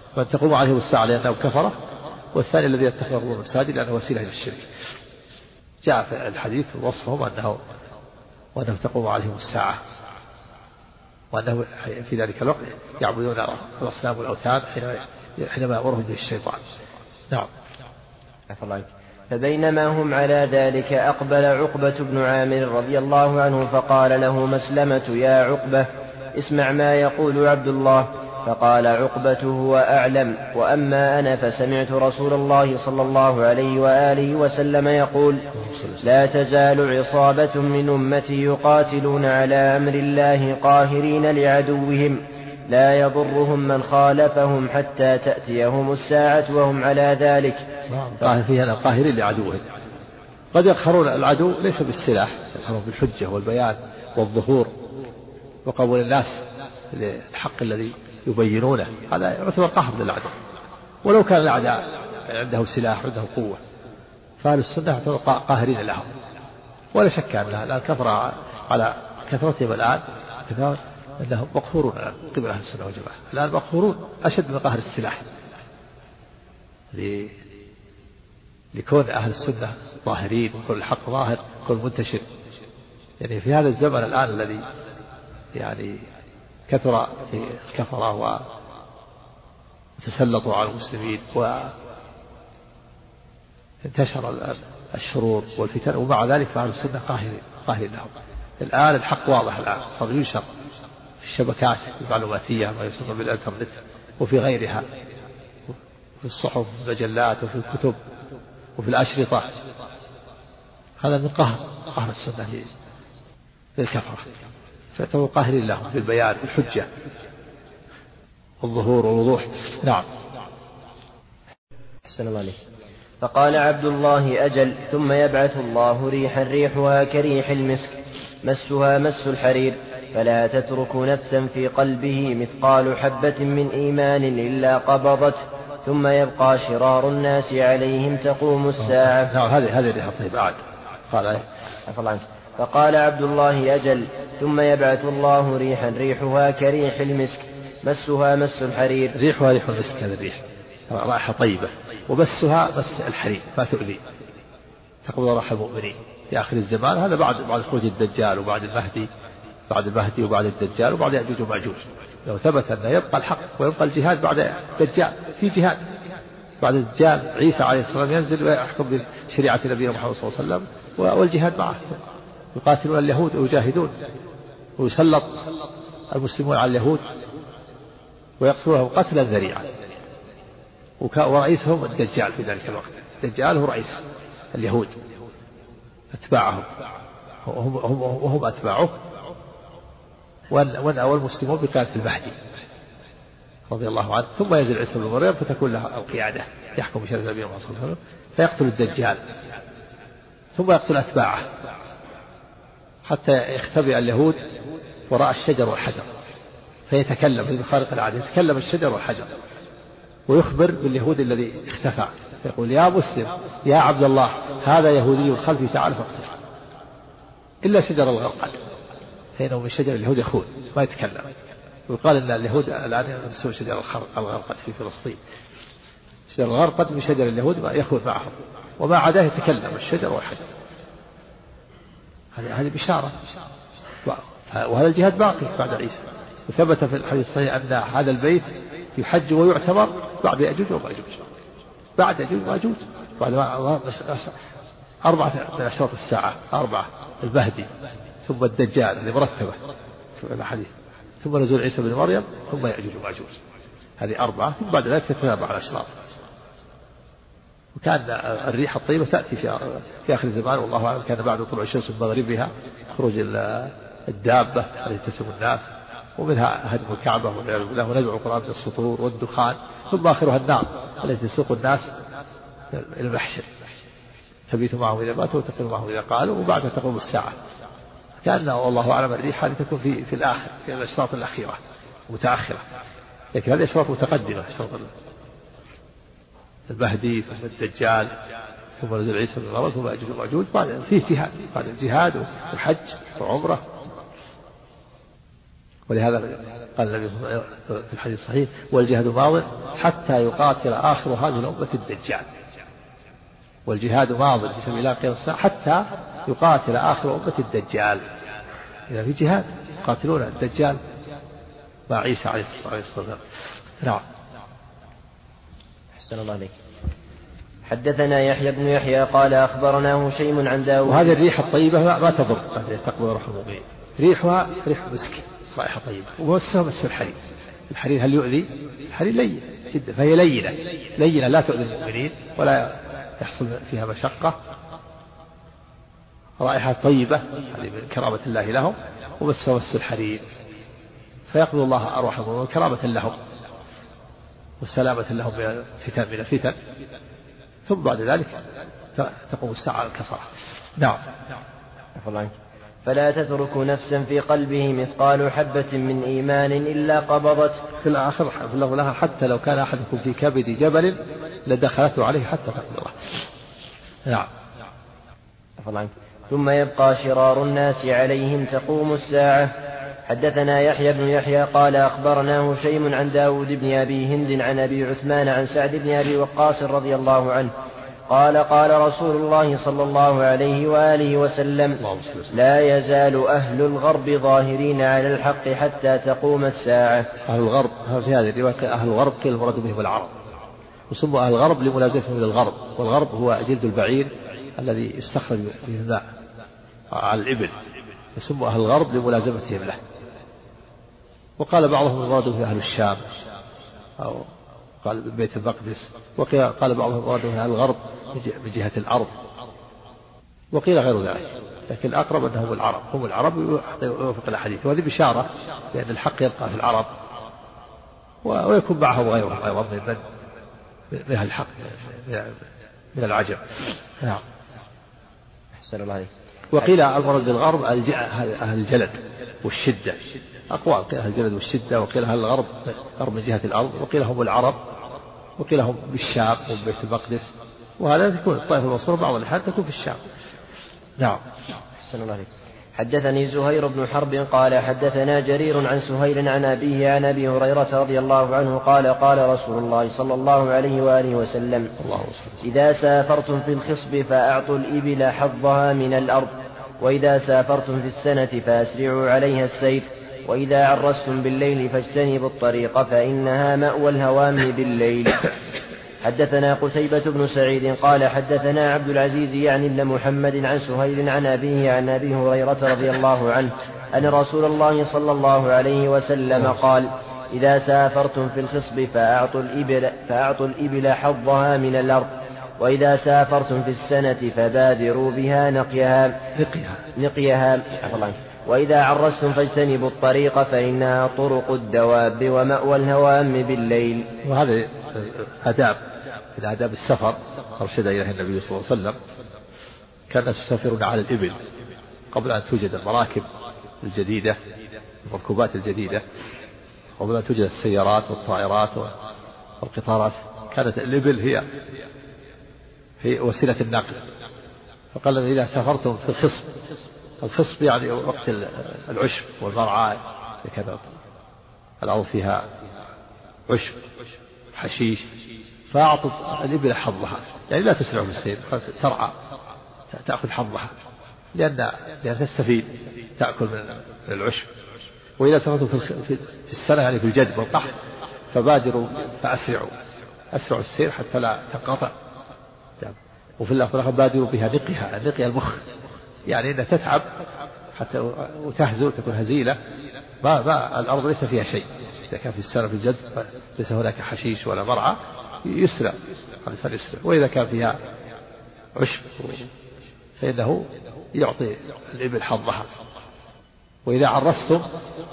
Speaker 2: من تقوم عليهم الساعة لأنهم كفرة، والثاني الذي يتخذون المساجد لأنه وسيلة إلى الشرك. جاء في الحديث وصفهم أنه وأنه تقوم عليهم الساعة، وأنه في ذلك الوقت يعبدون الأصنام والأوثان حينما يأمرهم به الشيطان. نعم.
Speaker 3: فبينما هم على ذلك أقبل عقبة بن عامر رضي الله عنه فقال له مسلمة: يا عقبة، اسمع ما يقول عبد الله. فقال عقبة: هو أعلم، وأما أنا فسمعت رسول الله صلى الله عليه وآله وسلم يقول: لا تزال عصابة من أمتي يقاتلون على أمر الله قاهرين لعدوهم لا يضرهم من خالفهم حتى تأتيهم الساعة وهم على ذلك.
Speaker 2: قاهر فيها قاهرين لعدوهم. قد يقهرون العدو ليس بالسلاح، يقهرون بالحجة والبيان والظهور وقبول الناس للحق الذي يبينونه، هذا يعتبر قهر للعدو. ولو كان الأعداء عنده سلاح عنده قوة، فأهل السنة يعتبر قاهرين لهم، ولا شك أنها الآن كثر على كثرتهم الآن أنهم مقهورون قبل أهل السنة والجماعة. الآن مقهورون أشد من قهر السلاح، لكون أهل السنة ظاهرين وكل الحق ظاهر وكل منتشر. يعني في هذا الزمن الآن الذي يعني كثر في الكفرة وتسلطوا على المسلمين وانتشر الشرور والفتن، ومع ذلك فأهل السنة قاهرين قاهرين لهم. الآن الحق واضح، الآن صار ينشر في الشبكات المعلوماتية ما يسمى بالإنترنت وفي غيرها، في الصحف وفي المجلات وفي الكتب وفي الأشرطة. هذا من قهر قهر السنة للكفرة، فيعتبر قاهرين لهم بالبيان والحجة والظهور والوضوح. نعم.
Speaker 3: أحسن الله عليك. فقال عبد الله: أجل، ثم يبعث الله ريحا ريحها كريح المسك مسها مس الحرير، فلا تترك نفسا في قلبه مثقال حبة من إيمان إلا قبضته، ثم يبقى شرار الناس عليهم تقوم الساعة.
Speaker 2: نعم. هذه هذه الريح الطيبة. عاد قال
Speaker 3: فقال عبد الله: أجل، ثم يبعث الله ريحا ريحها كريح المسك مسها مس الحرير.
Speaker 2: ريحها ريح المسك، هذا الريح رائحة طيبة، ومسها مس الحرير ما تؤذي، تقبل راحة المؤمنين في آخر الزمان. هذا بعد بعد خروج الدجال وبعد المهدي بعد المهدي وبعد الدجال وبعد يأجوج ومأجوج. لو ثبت أن يبقى الحق ويبقى الجهاد بعد الدجال، في جهاد بعد الدجال عيسى عليه السلام ينزل ويحكم بشريعة نبينا محمد صلى الله عليه وسلم، والجهاد معه، يقاتلون اليهود ويجاهدون، ويسلط المسلمون على اليهود ويقتلونهم قتلا ذريعا، ورئيسهم الدجال في ذلك الوقت. الدجال هو رئيس اليهود، أتباعهم وهم, وهم, وهم أتباعه، والمسلمون بقيادة المهدي رضي الله عنه. ثم ينزل عيسى بن مريم فتكون له القيادة، يحكم بشريعة النبي محمد صلى الله عليه وسلم، فيقتل الدجال ثم يقتل أتباعه حتى يختبئ اليهود وراء الشجر والحجر، فيتكلم بخارق العادة، يتكلم الشجر والحجر ويخبر باليهود الذي اختفى، يقول: يا مسلم يا عبد الله، هذا يهودي خلفي، تعال فاقتله، إلا شجر الغرقد، فإنه من شجر اليهود يخون ما يتكلم. ويقال أن اليهود الآن ينسون شجر الغرقد في فلسطين، شجر الغرقد من شجر اليهود يخون معهم، وما عداه يتكلم الشجر والحجر. هذه بشارة، وهذا الجهاد باقي بعد عيسى. وثبت في الحديث الصحيح أن هذا البيت يحج ويعتبر بعد يأجوج ومأجوج، بعد يأجوج ومأجوج بعد أربعة من أشراط الساعة، أربعة: المهدي ثم الدجال، اللي مرتبة في الحديث، ثم نزول عيسى بن مريم، ثم يأجوج ومأجوج. هذه أربعة، ثم بعد ذلك تتتابع الأشراط. وكان الريح الطيبة تأتي في في آخر الزمان، والله أعلم، كان بعد طلوع الشمس من مغربها خروج الدابة التي تسم الناس، ومنها هدم الكعبة والعياذ بالله، ونزع القرآن من السطور والدخان، ثم آخرها النار التي تسوق الناس إلى المحشر، تبيت معهم إذا باتوا وتقيم معهم إذا قالوا، وبعدها تقوم الساعة. كأن والله أعلم الريح هذه تكون في في الآخر، في الأشراط الأخيرة متأخرة، لكن هذه أشراط متقدمة، أشراط المهدي ثم الدجال ثم نزول عيسى بن مريم ثم يأجوج ومأجوج. بعد فيه جهاد، بعد الجهاد والحج وعمرة. ولهذا قال النبي في الحديث الصحيح والجهاد ماض حتى يقاتل آخر هذه الأمة الدجال. والجهاد ماض في سبيل الله قيام الساعة حتى يقاتل آخر أمة الدجال. إذا في جهاد يقاتلون الدجال مع عيسى عليه الصلاة والسلام. نعم.
Speaker 3: أحسن الله عليك. حدثنا يحيى بن يحيى قال أخبرنا هشيم عن داود.
Speaker 2: وهذه الريح الطيبة ما تضر تقوى روح المؤمنين، ريحها ريح مسك رائحة طيبة، ومسها مس الحرير. الحرير هل يؤذي؟ الحرير لين جدا، فهي لينة لينة لا تؤذي المؤمنين ولا يحصل فيها مشقة، رائحة طيبة هذه من كرامة الله لهم، ومسها مس الحرير فيقبل الله أرواحهم كرامة لهم وسلامة لهم من الفتن من الفتن. ثم بعد ذلك تقوم الساعة الكسرة. نعم.
Speaker 3: فلا تترك نفسا في قلبه مثقال حبة من إيمان إلا قبضت.
Speaker 2: في الآخر في الله لها حتى لو كان أحدكم في كبد جبل لدخلته عليه حتى تقبضه. نعم.
Speaker 3: ثم يبقى شرار الناس عليهم تقوم الساعة. حدثنا يحيى بن يحيى قال أخبرنا هشيم عن داود بن أبي هند عن أبي عثمان عن سعد بن أبي وقاص رضي الله عنه قال قال رسول الله صلى الله عليه وآله وسلم لا يزال أهل الغرب ظاهرين على الحق حتى تقوم الساعة.
Speaker 2: أهل الغرب في هذه الرواية أهل الغرب كل المراد بهم العرب، وسموا أهل الغرب لملازمتهم للغرب، والغرب هو جلد البعير الذي يستخرج به الماء على الإبل، فسموا أهل الغرب لملازمتهم له. وقال بعضهم المراد به أهل الشام أو قال بيت المقدس، وقال بعضهم المراد به أهل الغرب من جهة الأرض، وقيل غير ذلك، لكن الأقرب أنهم العرب، هم العرب يوافق الحديث. وهذه بشارة لأن الحق يبقى في العرب ويكون معهم غيرهم أيضا من من أهل الحق من العجم. نعم.
Speaker 3: أحسن الله عليك.
Speaker 2: وقيل المراد بالغرب أهل الجلد والشدة، أقوال قيل أهل الجلد والشدة، وقيل أهل الغرب غرب من جهة الأرض، وقيل هم العرب، وقيل هم بالشام وبيت المقدس، وهذا تكون الطائفة المنصورة بعض الأحيان تكون في الشام. نعم.
Speaker 3: أحسن الله عليك. حدثني زهير بن حرب قال حدثنا جرير عن سهيل عن أبيه عن أبي هريرة رضي الله عنه قال قال رسول الله صلى الله عليه وآله وسلم إذا سافرتم في الخصب فأعطوا الإبل حظها من الأرض، وإذا سافرتم في السنة فأسرعوا عليها السير، وإذا عرستم بالليل فاجتنبوا الطريق فإنها مأوى الهوام بالليل. حدثنا قتيبة بن سعيد قال حدثنا عبد العزيز يعني ابن محمد عن سهيل عن أبيه عن أبي هريرة رضي الله عنه أن رسول الله صلى الله عليه وسلم قال إذا سافرتم في الخصب فأعطوا الإبل, فأعطوا الإبل حظها من الأرض، وإذا سافرتم في السنة فبادروا بها نقيها, نقيها وإذا عرستم فاجتنبوا الطريق فإنها طرق الدواب ومأوى الهوام بالليل.
Speaker 2: وهذا آداب من آداب السفر أرشد إليه النبي صلى الله عليه وسلم. كان يسافرون على الإبل قبل أن توجد المراكب الجديدة المركوبات الجديدة، قبل أن توجد السيارات والطائرات والقطارات، كانت الإبل هي هي وسيلة النقل. فقال إذا سافرتم في الخصب، الخصب يعني وقت العشب والمرعى، كذا الأرض فيها عشب حشيش، فأعطوا الإبل حظها، يعني لا تسرع في السير، ترعى تأخذ حظها، لأن لأن تستفيد تأكل من العشب. وإذا سافرتم في السنة يعني في الجدب والقحط فبادروا فأسرعوا أسرعوا السير حتى لا تنقطع. وفي الآخر بادروا بها نقيها، نقي المخ، يعني أنها تتعب حتى وتهزو تكون هزيلة، ما, ما الأرض ليس فيها شيء. إذا كان في السنة في الجد ليس هناك حشيش ولا مرعى يسرع الإنسان يسرع. وإذا كان فيها عشب فإنه يعطي الإبل حظها. وإذا عرستم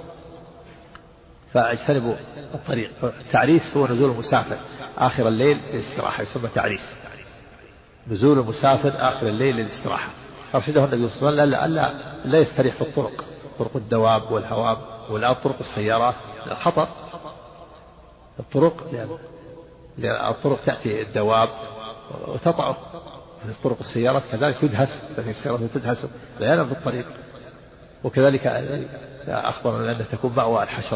Speaker 2: فاجتنبوا الطريق. التعريس هو نزول المسافر آخر الليل للاستراحة، يسمى تعريس، نزول المسافر آخر الليل للاستراحة. أرشده النبي صلى الله عليه وسلم ألا لا يستريح في الطرق، طرق الدواب والهوام ولا طرق السيارات، الخطر الطرق، لأن الطرق تأتي الدواب وتطع في طرق السيارات، كذلك يدهس، لكن السيارات تدهس لا ينام في الطريق. وكذلك أخبرنا أن تكون مأوى الحشرات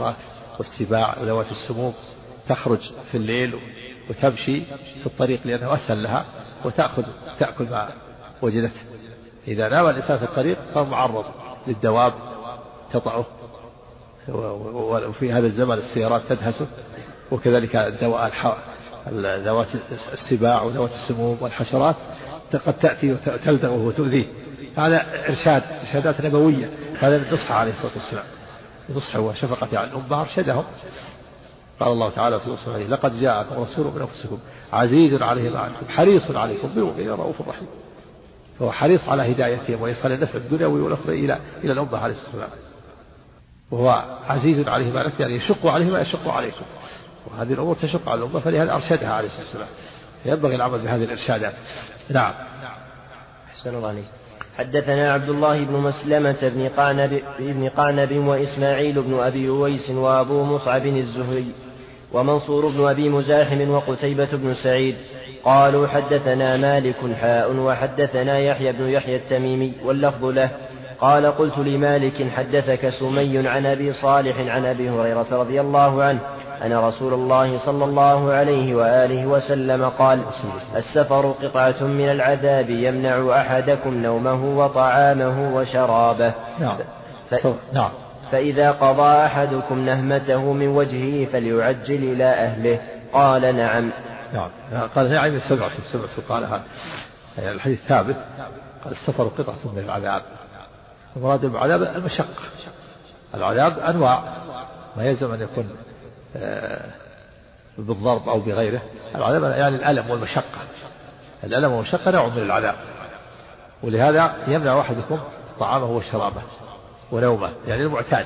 Speaker 2: والسباع وذوات السموم تخرج في الليل وتمشي في الطريق لأنه أسهل لها وتأخذ تأكل ما وجدت. إذا نام الإنسان في الطريق فهو معرض للدواب تطعه، وفي هذا الزمن السيارات تدهسه، وكذلك الدواء ذوات السباع وذوات السموم والحشرات قد تأتي وتلدغه وتؤذيه. هذا إرشاد إرشادات نبوية، هذا من نصح عليه الصلاة والسلام، نصحه وشفقته على الأمة أرشدهم. قال الله تعالى في وصفه: لقد جاءكم رسول من أنفسكم عزيز عليه ما عنتم حريص عليكم بالمؤمنين رؤوف رحيم. فهو حريص على هدايتهم ويصل النفع الدنيوي والأخرى إلى إلى الأمة عليه الصلاة والسلام، وهو عزيز عليه ما عنتم يعني يشق عليه ما يشق عليكم، وهذه الأمور تشق على الأمة، فلهذا أرشدها عليه الصلاة والسلام. ينبغي العمل بهذه الإرشادات. نعم.
Speaker 3: أحسن الله عليك. حدثنا عبد الله بن مسلمة بن قعنب, بن قعنب وإسماعيل بن أبي أويس وأبو مصعب الزهري ومنصور بن أبي مزاحم وقتيبة بن سعيد قالوا حدثنا مالك حاء وحدثنا يحيى بن يحيى التميمي واللفظ له قال قلت لمالك حدثك سمي عن أبي صالح عن أبي هريرة رضي الله عنه أن رسول الله صلى الله عليه وآله وسلم قال: السفر قطعة من العذاب يمنع أحدكم نومه وطعامه وشرابه.
Speaker 2: نعم.
Speaker 3: ف... نعم. فإذا قضى أحدكم نهمته من وجهه فليعجل إلى أهله. قال: نعم.
Speaker 2: نعم. قال: نعم. سبعة سبعة قال هذا يعني الحديث ثابت. قال: السفر قطعة من العذاب. المراد بالعذاب المشقة. العذاب أنواع، ما يلزم أن يكون بالضرب أو بغيره. العذاب يعني الألم والمشقة. الألم والمشقة نوع من العذاب، ولهذا يمنع أحدكم طعامه وشرابه ونومه يعني المعتاد،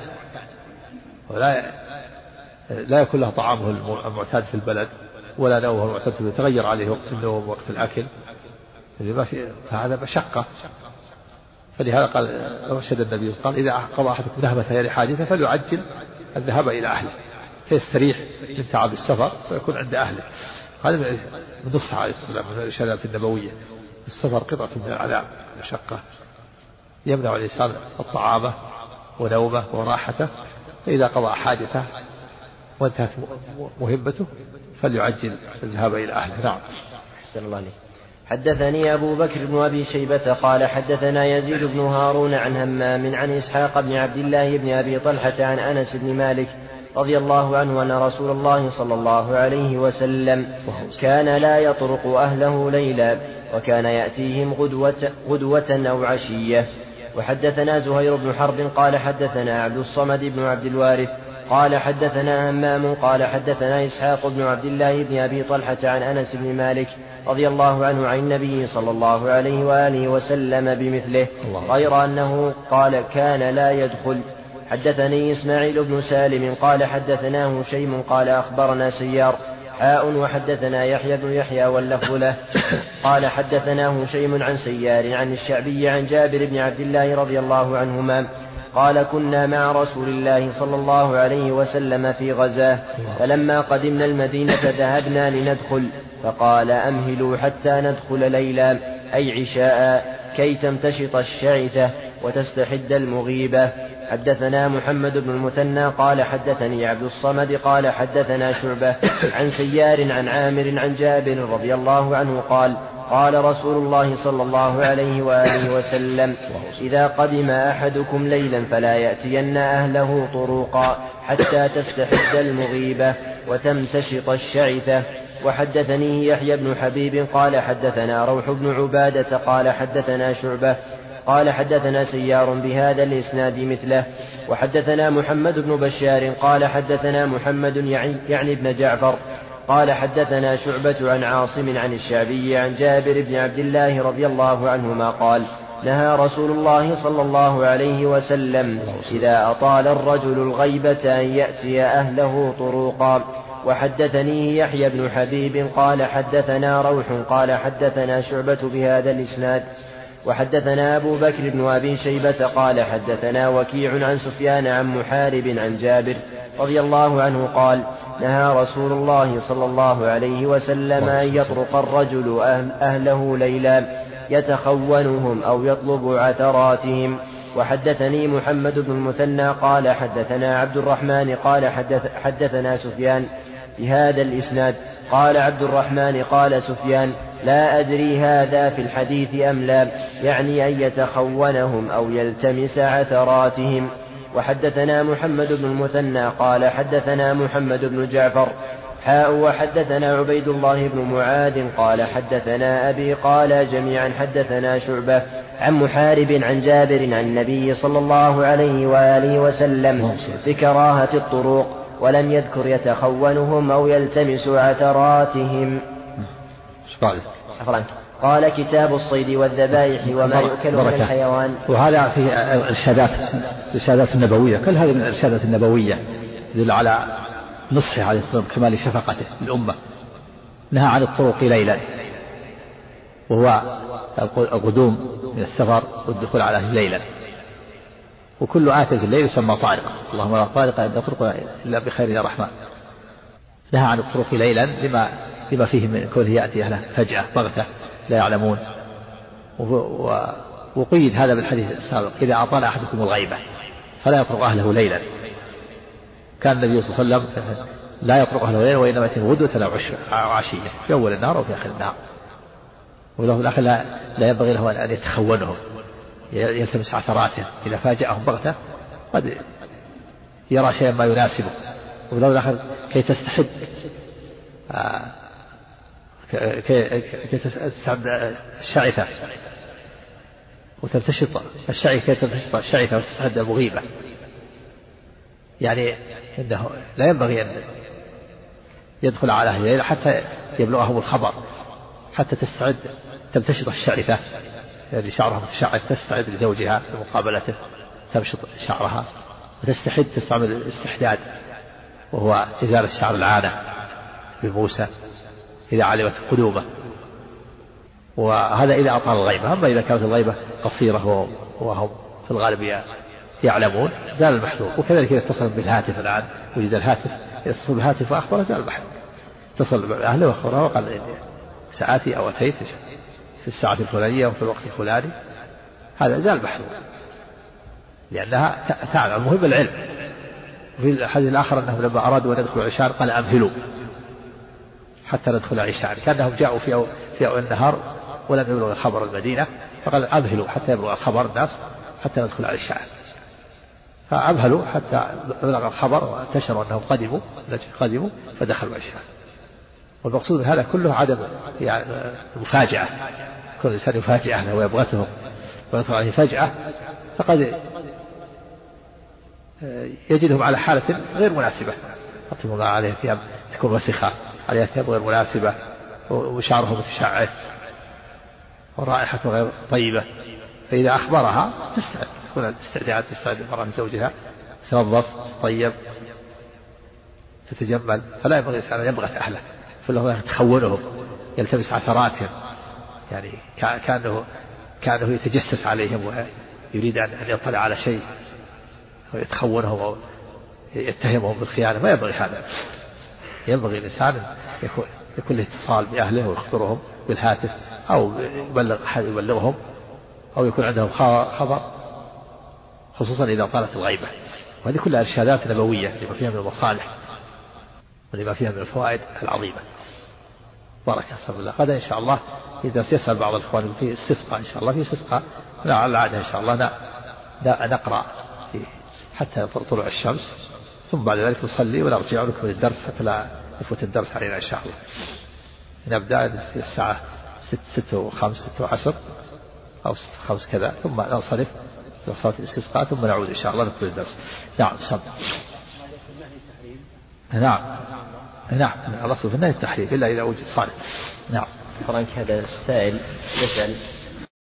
Speaker 2: ولا لا يكون له طعامه المعتاد في البلد ولا نومه المعتاد في البلد، تغير عليه وقت النوم وقت الأكل، فهذا مشقة. فلهذا قال أرشد النبي قال: إذا قضى أحدكم نهمته يعني حاجته فليعجل الذهاب إلى أهله فيستريح من تعب السفر ويكون عند أهله. هذا من نصح عليه الصلاة والسلام من الإرشادات النبوية. السفر قطعة من العذاب مشقة، يمنع الإنسان الطعام ونومه وراحته، فإذا قضى حاجته وانتهت مهمته فليعجل الذهاب إلى أهله. نعم.
Speaker 3: أحسن الله عليك. حدثني أبو بكر بن أبي شيبة قال حدثنا يزيد بن هارون عن همام عن إسحاق بن عبد الله بن أبي طلحة عن أنس بن مالك رضي الله عنه أن رسول الله صلى الله عليه وسلم كان لا يطرق أهله ليلا وكان يأتيهم غدوة, غدوة أو عشية. وحدثنا زهير بن حرب قال حدثنا عبد الصمد بن عبد الوارث قال حدثنا همام قال حدثنا إسحاق بن عبد الله بن أبي طلحة عن أنس بن مالك رضي الله عنه عن النبي صلى الله عليه وآله وسلم بمثله غير أنه قال كان لا يدخل. حدثني إسماعيل بن سالم قال حدثنا هشيم قال أخبرنا سيار حاء وحدثنا يحيى بن يحيى واللفظ له قال حدثنا هشيم عن سيار عن الشعبي عن جابر بن عبد الله رضي الله عنهما قال كنا مع رسول الله صلى الله عليه وسلم في غزاه فلما قدمنا المدينة ذهبنا لندخل فقال أمهلوا حتى ندخل ليلا أي عشاء كي تمتشط الشعثة وتستحد المغيبة. حدثنا محمد بن المثنى قال حدثني عبد الصمد قال حدثنا شعبة عن سيار عن عامر عن جابر رضي الله عنه قال قال رسول الله صلى الله عليه وآله وسلم إذا قدم أحدكم ليلا فلا يأتين أهله طروقا حتى تستحد المغيبة وتمتشط الشعثة. وحدثني يحيى بن حبيب قال حدثنا روح بن عبادة قال حدثنا شعبة قال حدثنا سيار بهذا الإسناد مثله. وحدثنا محمد بن بشار قال حدثنا محمد يعني ابن جعفر قال حدثنا شعبة عن عاصم عن الشعبي عن جابر بن عبد الله رضي الله عنهما قال نهى رسول الله صلى الله عليه وسلم إذا أطال الرجل الغيبة أن يأتي أهله طروقا. وحدثني يحيى بن حبيب قال حدثنا روح قال حدثنا شعبة بهذا الإسناد. وحدثنا أبو بكر بن أبي شيبة قال حدثنا وكيع عن سفيان عن محارب عن جابر رضي الله عنه قال نهى رسول الله صلى الله عليه وسلم أن يطرق الرجل أهله ليلا يتخونهم أو يطلب عثراتهم وحدثني محمد بن المثنى قال حدثنا عبد الرحمن قال حدث حدثنا سفيان بهذا الإسناد. قال عبد الرحمن قال سفيان لا أدري هذا في الحديث أم لا، يعني أن يتخونهم أو يلتمس عثراتهم. وحدثنا محمد بن المثنى قال حدثنا محمد بن جعفر حاء وحدثنا عبيد الله بن معاذ قال حدثنا أبي قال جميعا حدثنا شعبة عن محارب عن جابر عن النبي صلى الله عليه وآله وسلم بكراهة الطرق، ولم يذكر يتخونهم أو يلتمس عثراتهم. قال كتاب الصيد والذبائح وما يؤكل من الحيوان.
Speaker 2: وهذا في الإرشادات الإرشادات النبوية، كل هذه من الإرشادات النبوية يدل على نصحه عليه الصلاة والسلام كمال شفقته للأمة. نهى عن الطرق ليلا، وهو القدوم من السفر والدخول عليه ليلا، وكل آت في الليل يسمى طارق، اللهم لا طارق أن يطرق إلا بخير يا رحمن. نهى عن الطرق ليلا لما لما فيه من كونه يأتي أهله فجأة بغتة لا يعلمون. وقيد هذا بالحديث السابق إذا أطال أحدكم الغيبة فلا يطرق أهله ليلا. كان النبي صلى الله عليه وسلم لا يطرق أهله ليلا، وإنما يأتي غدوة أو عشية في أول النهار وفي آخر النهار. وله الآخر لا, لا ينبغي له أن يتخونهم يلتمس عثراتهم. إذا فاجأهم بغتة قد يرى شيئا ما يناسبه. وله الآخر كي تستحد آه كي, كي تستحد الشعثة وترتشط الشعثة كي ترتشط الشعثة وتستحد المغيبة. يعني إنه لا ينبغي أن يدخل على أهل الليل حتى يبلغهم الخبر، حتى تستعد تمتشط الشعثة، يعني شعرها متشعث تستعد لزوجها لمقابلته، تمشط شعرها وتستحد تستعمل الاستحداد وهو إزالة الشعر العانة بموسى إذا علمت قدومه. وهذا إذا أطال الغيبة. أما إذا كانت الغيبة قصيرة وهم في الغالب يعلمون زال المحذور. وكذلك إذا اتصل بالهاتف الآن وجد الهاتف يتصل بالهاتف وأخبره زال المحذور. اتصل بأهله وأخبره وقال ساعتي أو أتيت في الساعة الفلانية وفي الوقت الفلاني، هذا زال المحذور لأنها تعلم. المهم العلم. وفي الحديث الآخر أنهم لما أرادوا أن يدخلوا العشاء قال أمهلوا حتى ندخل العشاء، كأنهم جاءوا في أول, في أول النهار ولم يبلغ الخبر المدينة، فقال أمهلوا حتى يبلغ الخبر الناس حتى ندخل العشاء. فأمهلوا حتى بلغ الخبر وانتشروا أنهم قدموا قدموا فدخلوا العشاء. والمقصود من هذا كله عدم يعني مفاجأة. كل إنسان يفاجئ أهله ويبغتهم ويدخل عليه فجأة فقد يجدهم على حالة غير مناسبة. يطلبون عليه ثياب تكون وسخة، عليها ثياب غير مناسبة، وشعره متشعث ورائحته غير طيبة. فإذا أخبرها تستعد، تكون الاستعداد تستعد المرأة من زوجها، تنظف تطيب تتجمل. فلا ينبغي الإنسان أن يبغت أهله، فله تخونهم يلتمس عثراتهم، يعني كأنه كأنه يتجسس عليهم ويريد أن يطلع على شيء ويتخونهم أو يتهمهم بالخيانة. ما ينبغي هذا. ينبغي الإنسان يكون يكون له اتصال بأهله ويخبرهم بالهاتف أو يبلغ أحد يبلغهم أو يكون عندهم خبر، خصوصا إذا طالت الغيبة. وهذه كلها إرشادات نبوية لما فيها من المصالح ولما فيها من الفوائد العظيمة. بارك الله. غدا إن شاء الله إذا يسأل بعض الإخوان في استسقاء، إن شاء الله في استسقاء على العادة إن شاء الله نقرأ في حتى طلوع الشمس، ثم بعد ذلك نصلي ونرجع لكم الدرس حتى لا يفوت الدرس علينا إن شاء الله. نبدأ في الساعة ست ستة وخمس ستة وعشر أو ستة وخمس كذا، ثم ننصرف لصلاة الاستسقاء ثم نعود إن شاء الله نكمل الدرس. نعم سم. نعم نعم الأصل في النهي التحريم إلا إذا وجد صالح. نعم.
Speaker 3: فرانك هذا السائل يسأل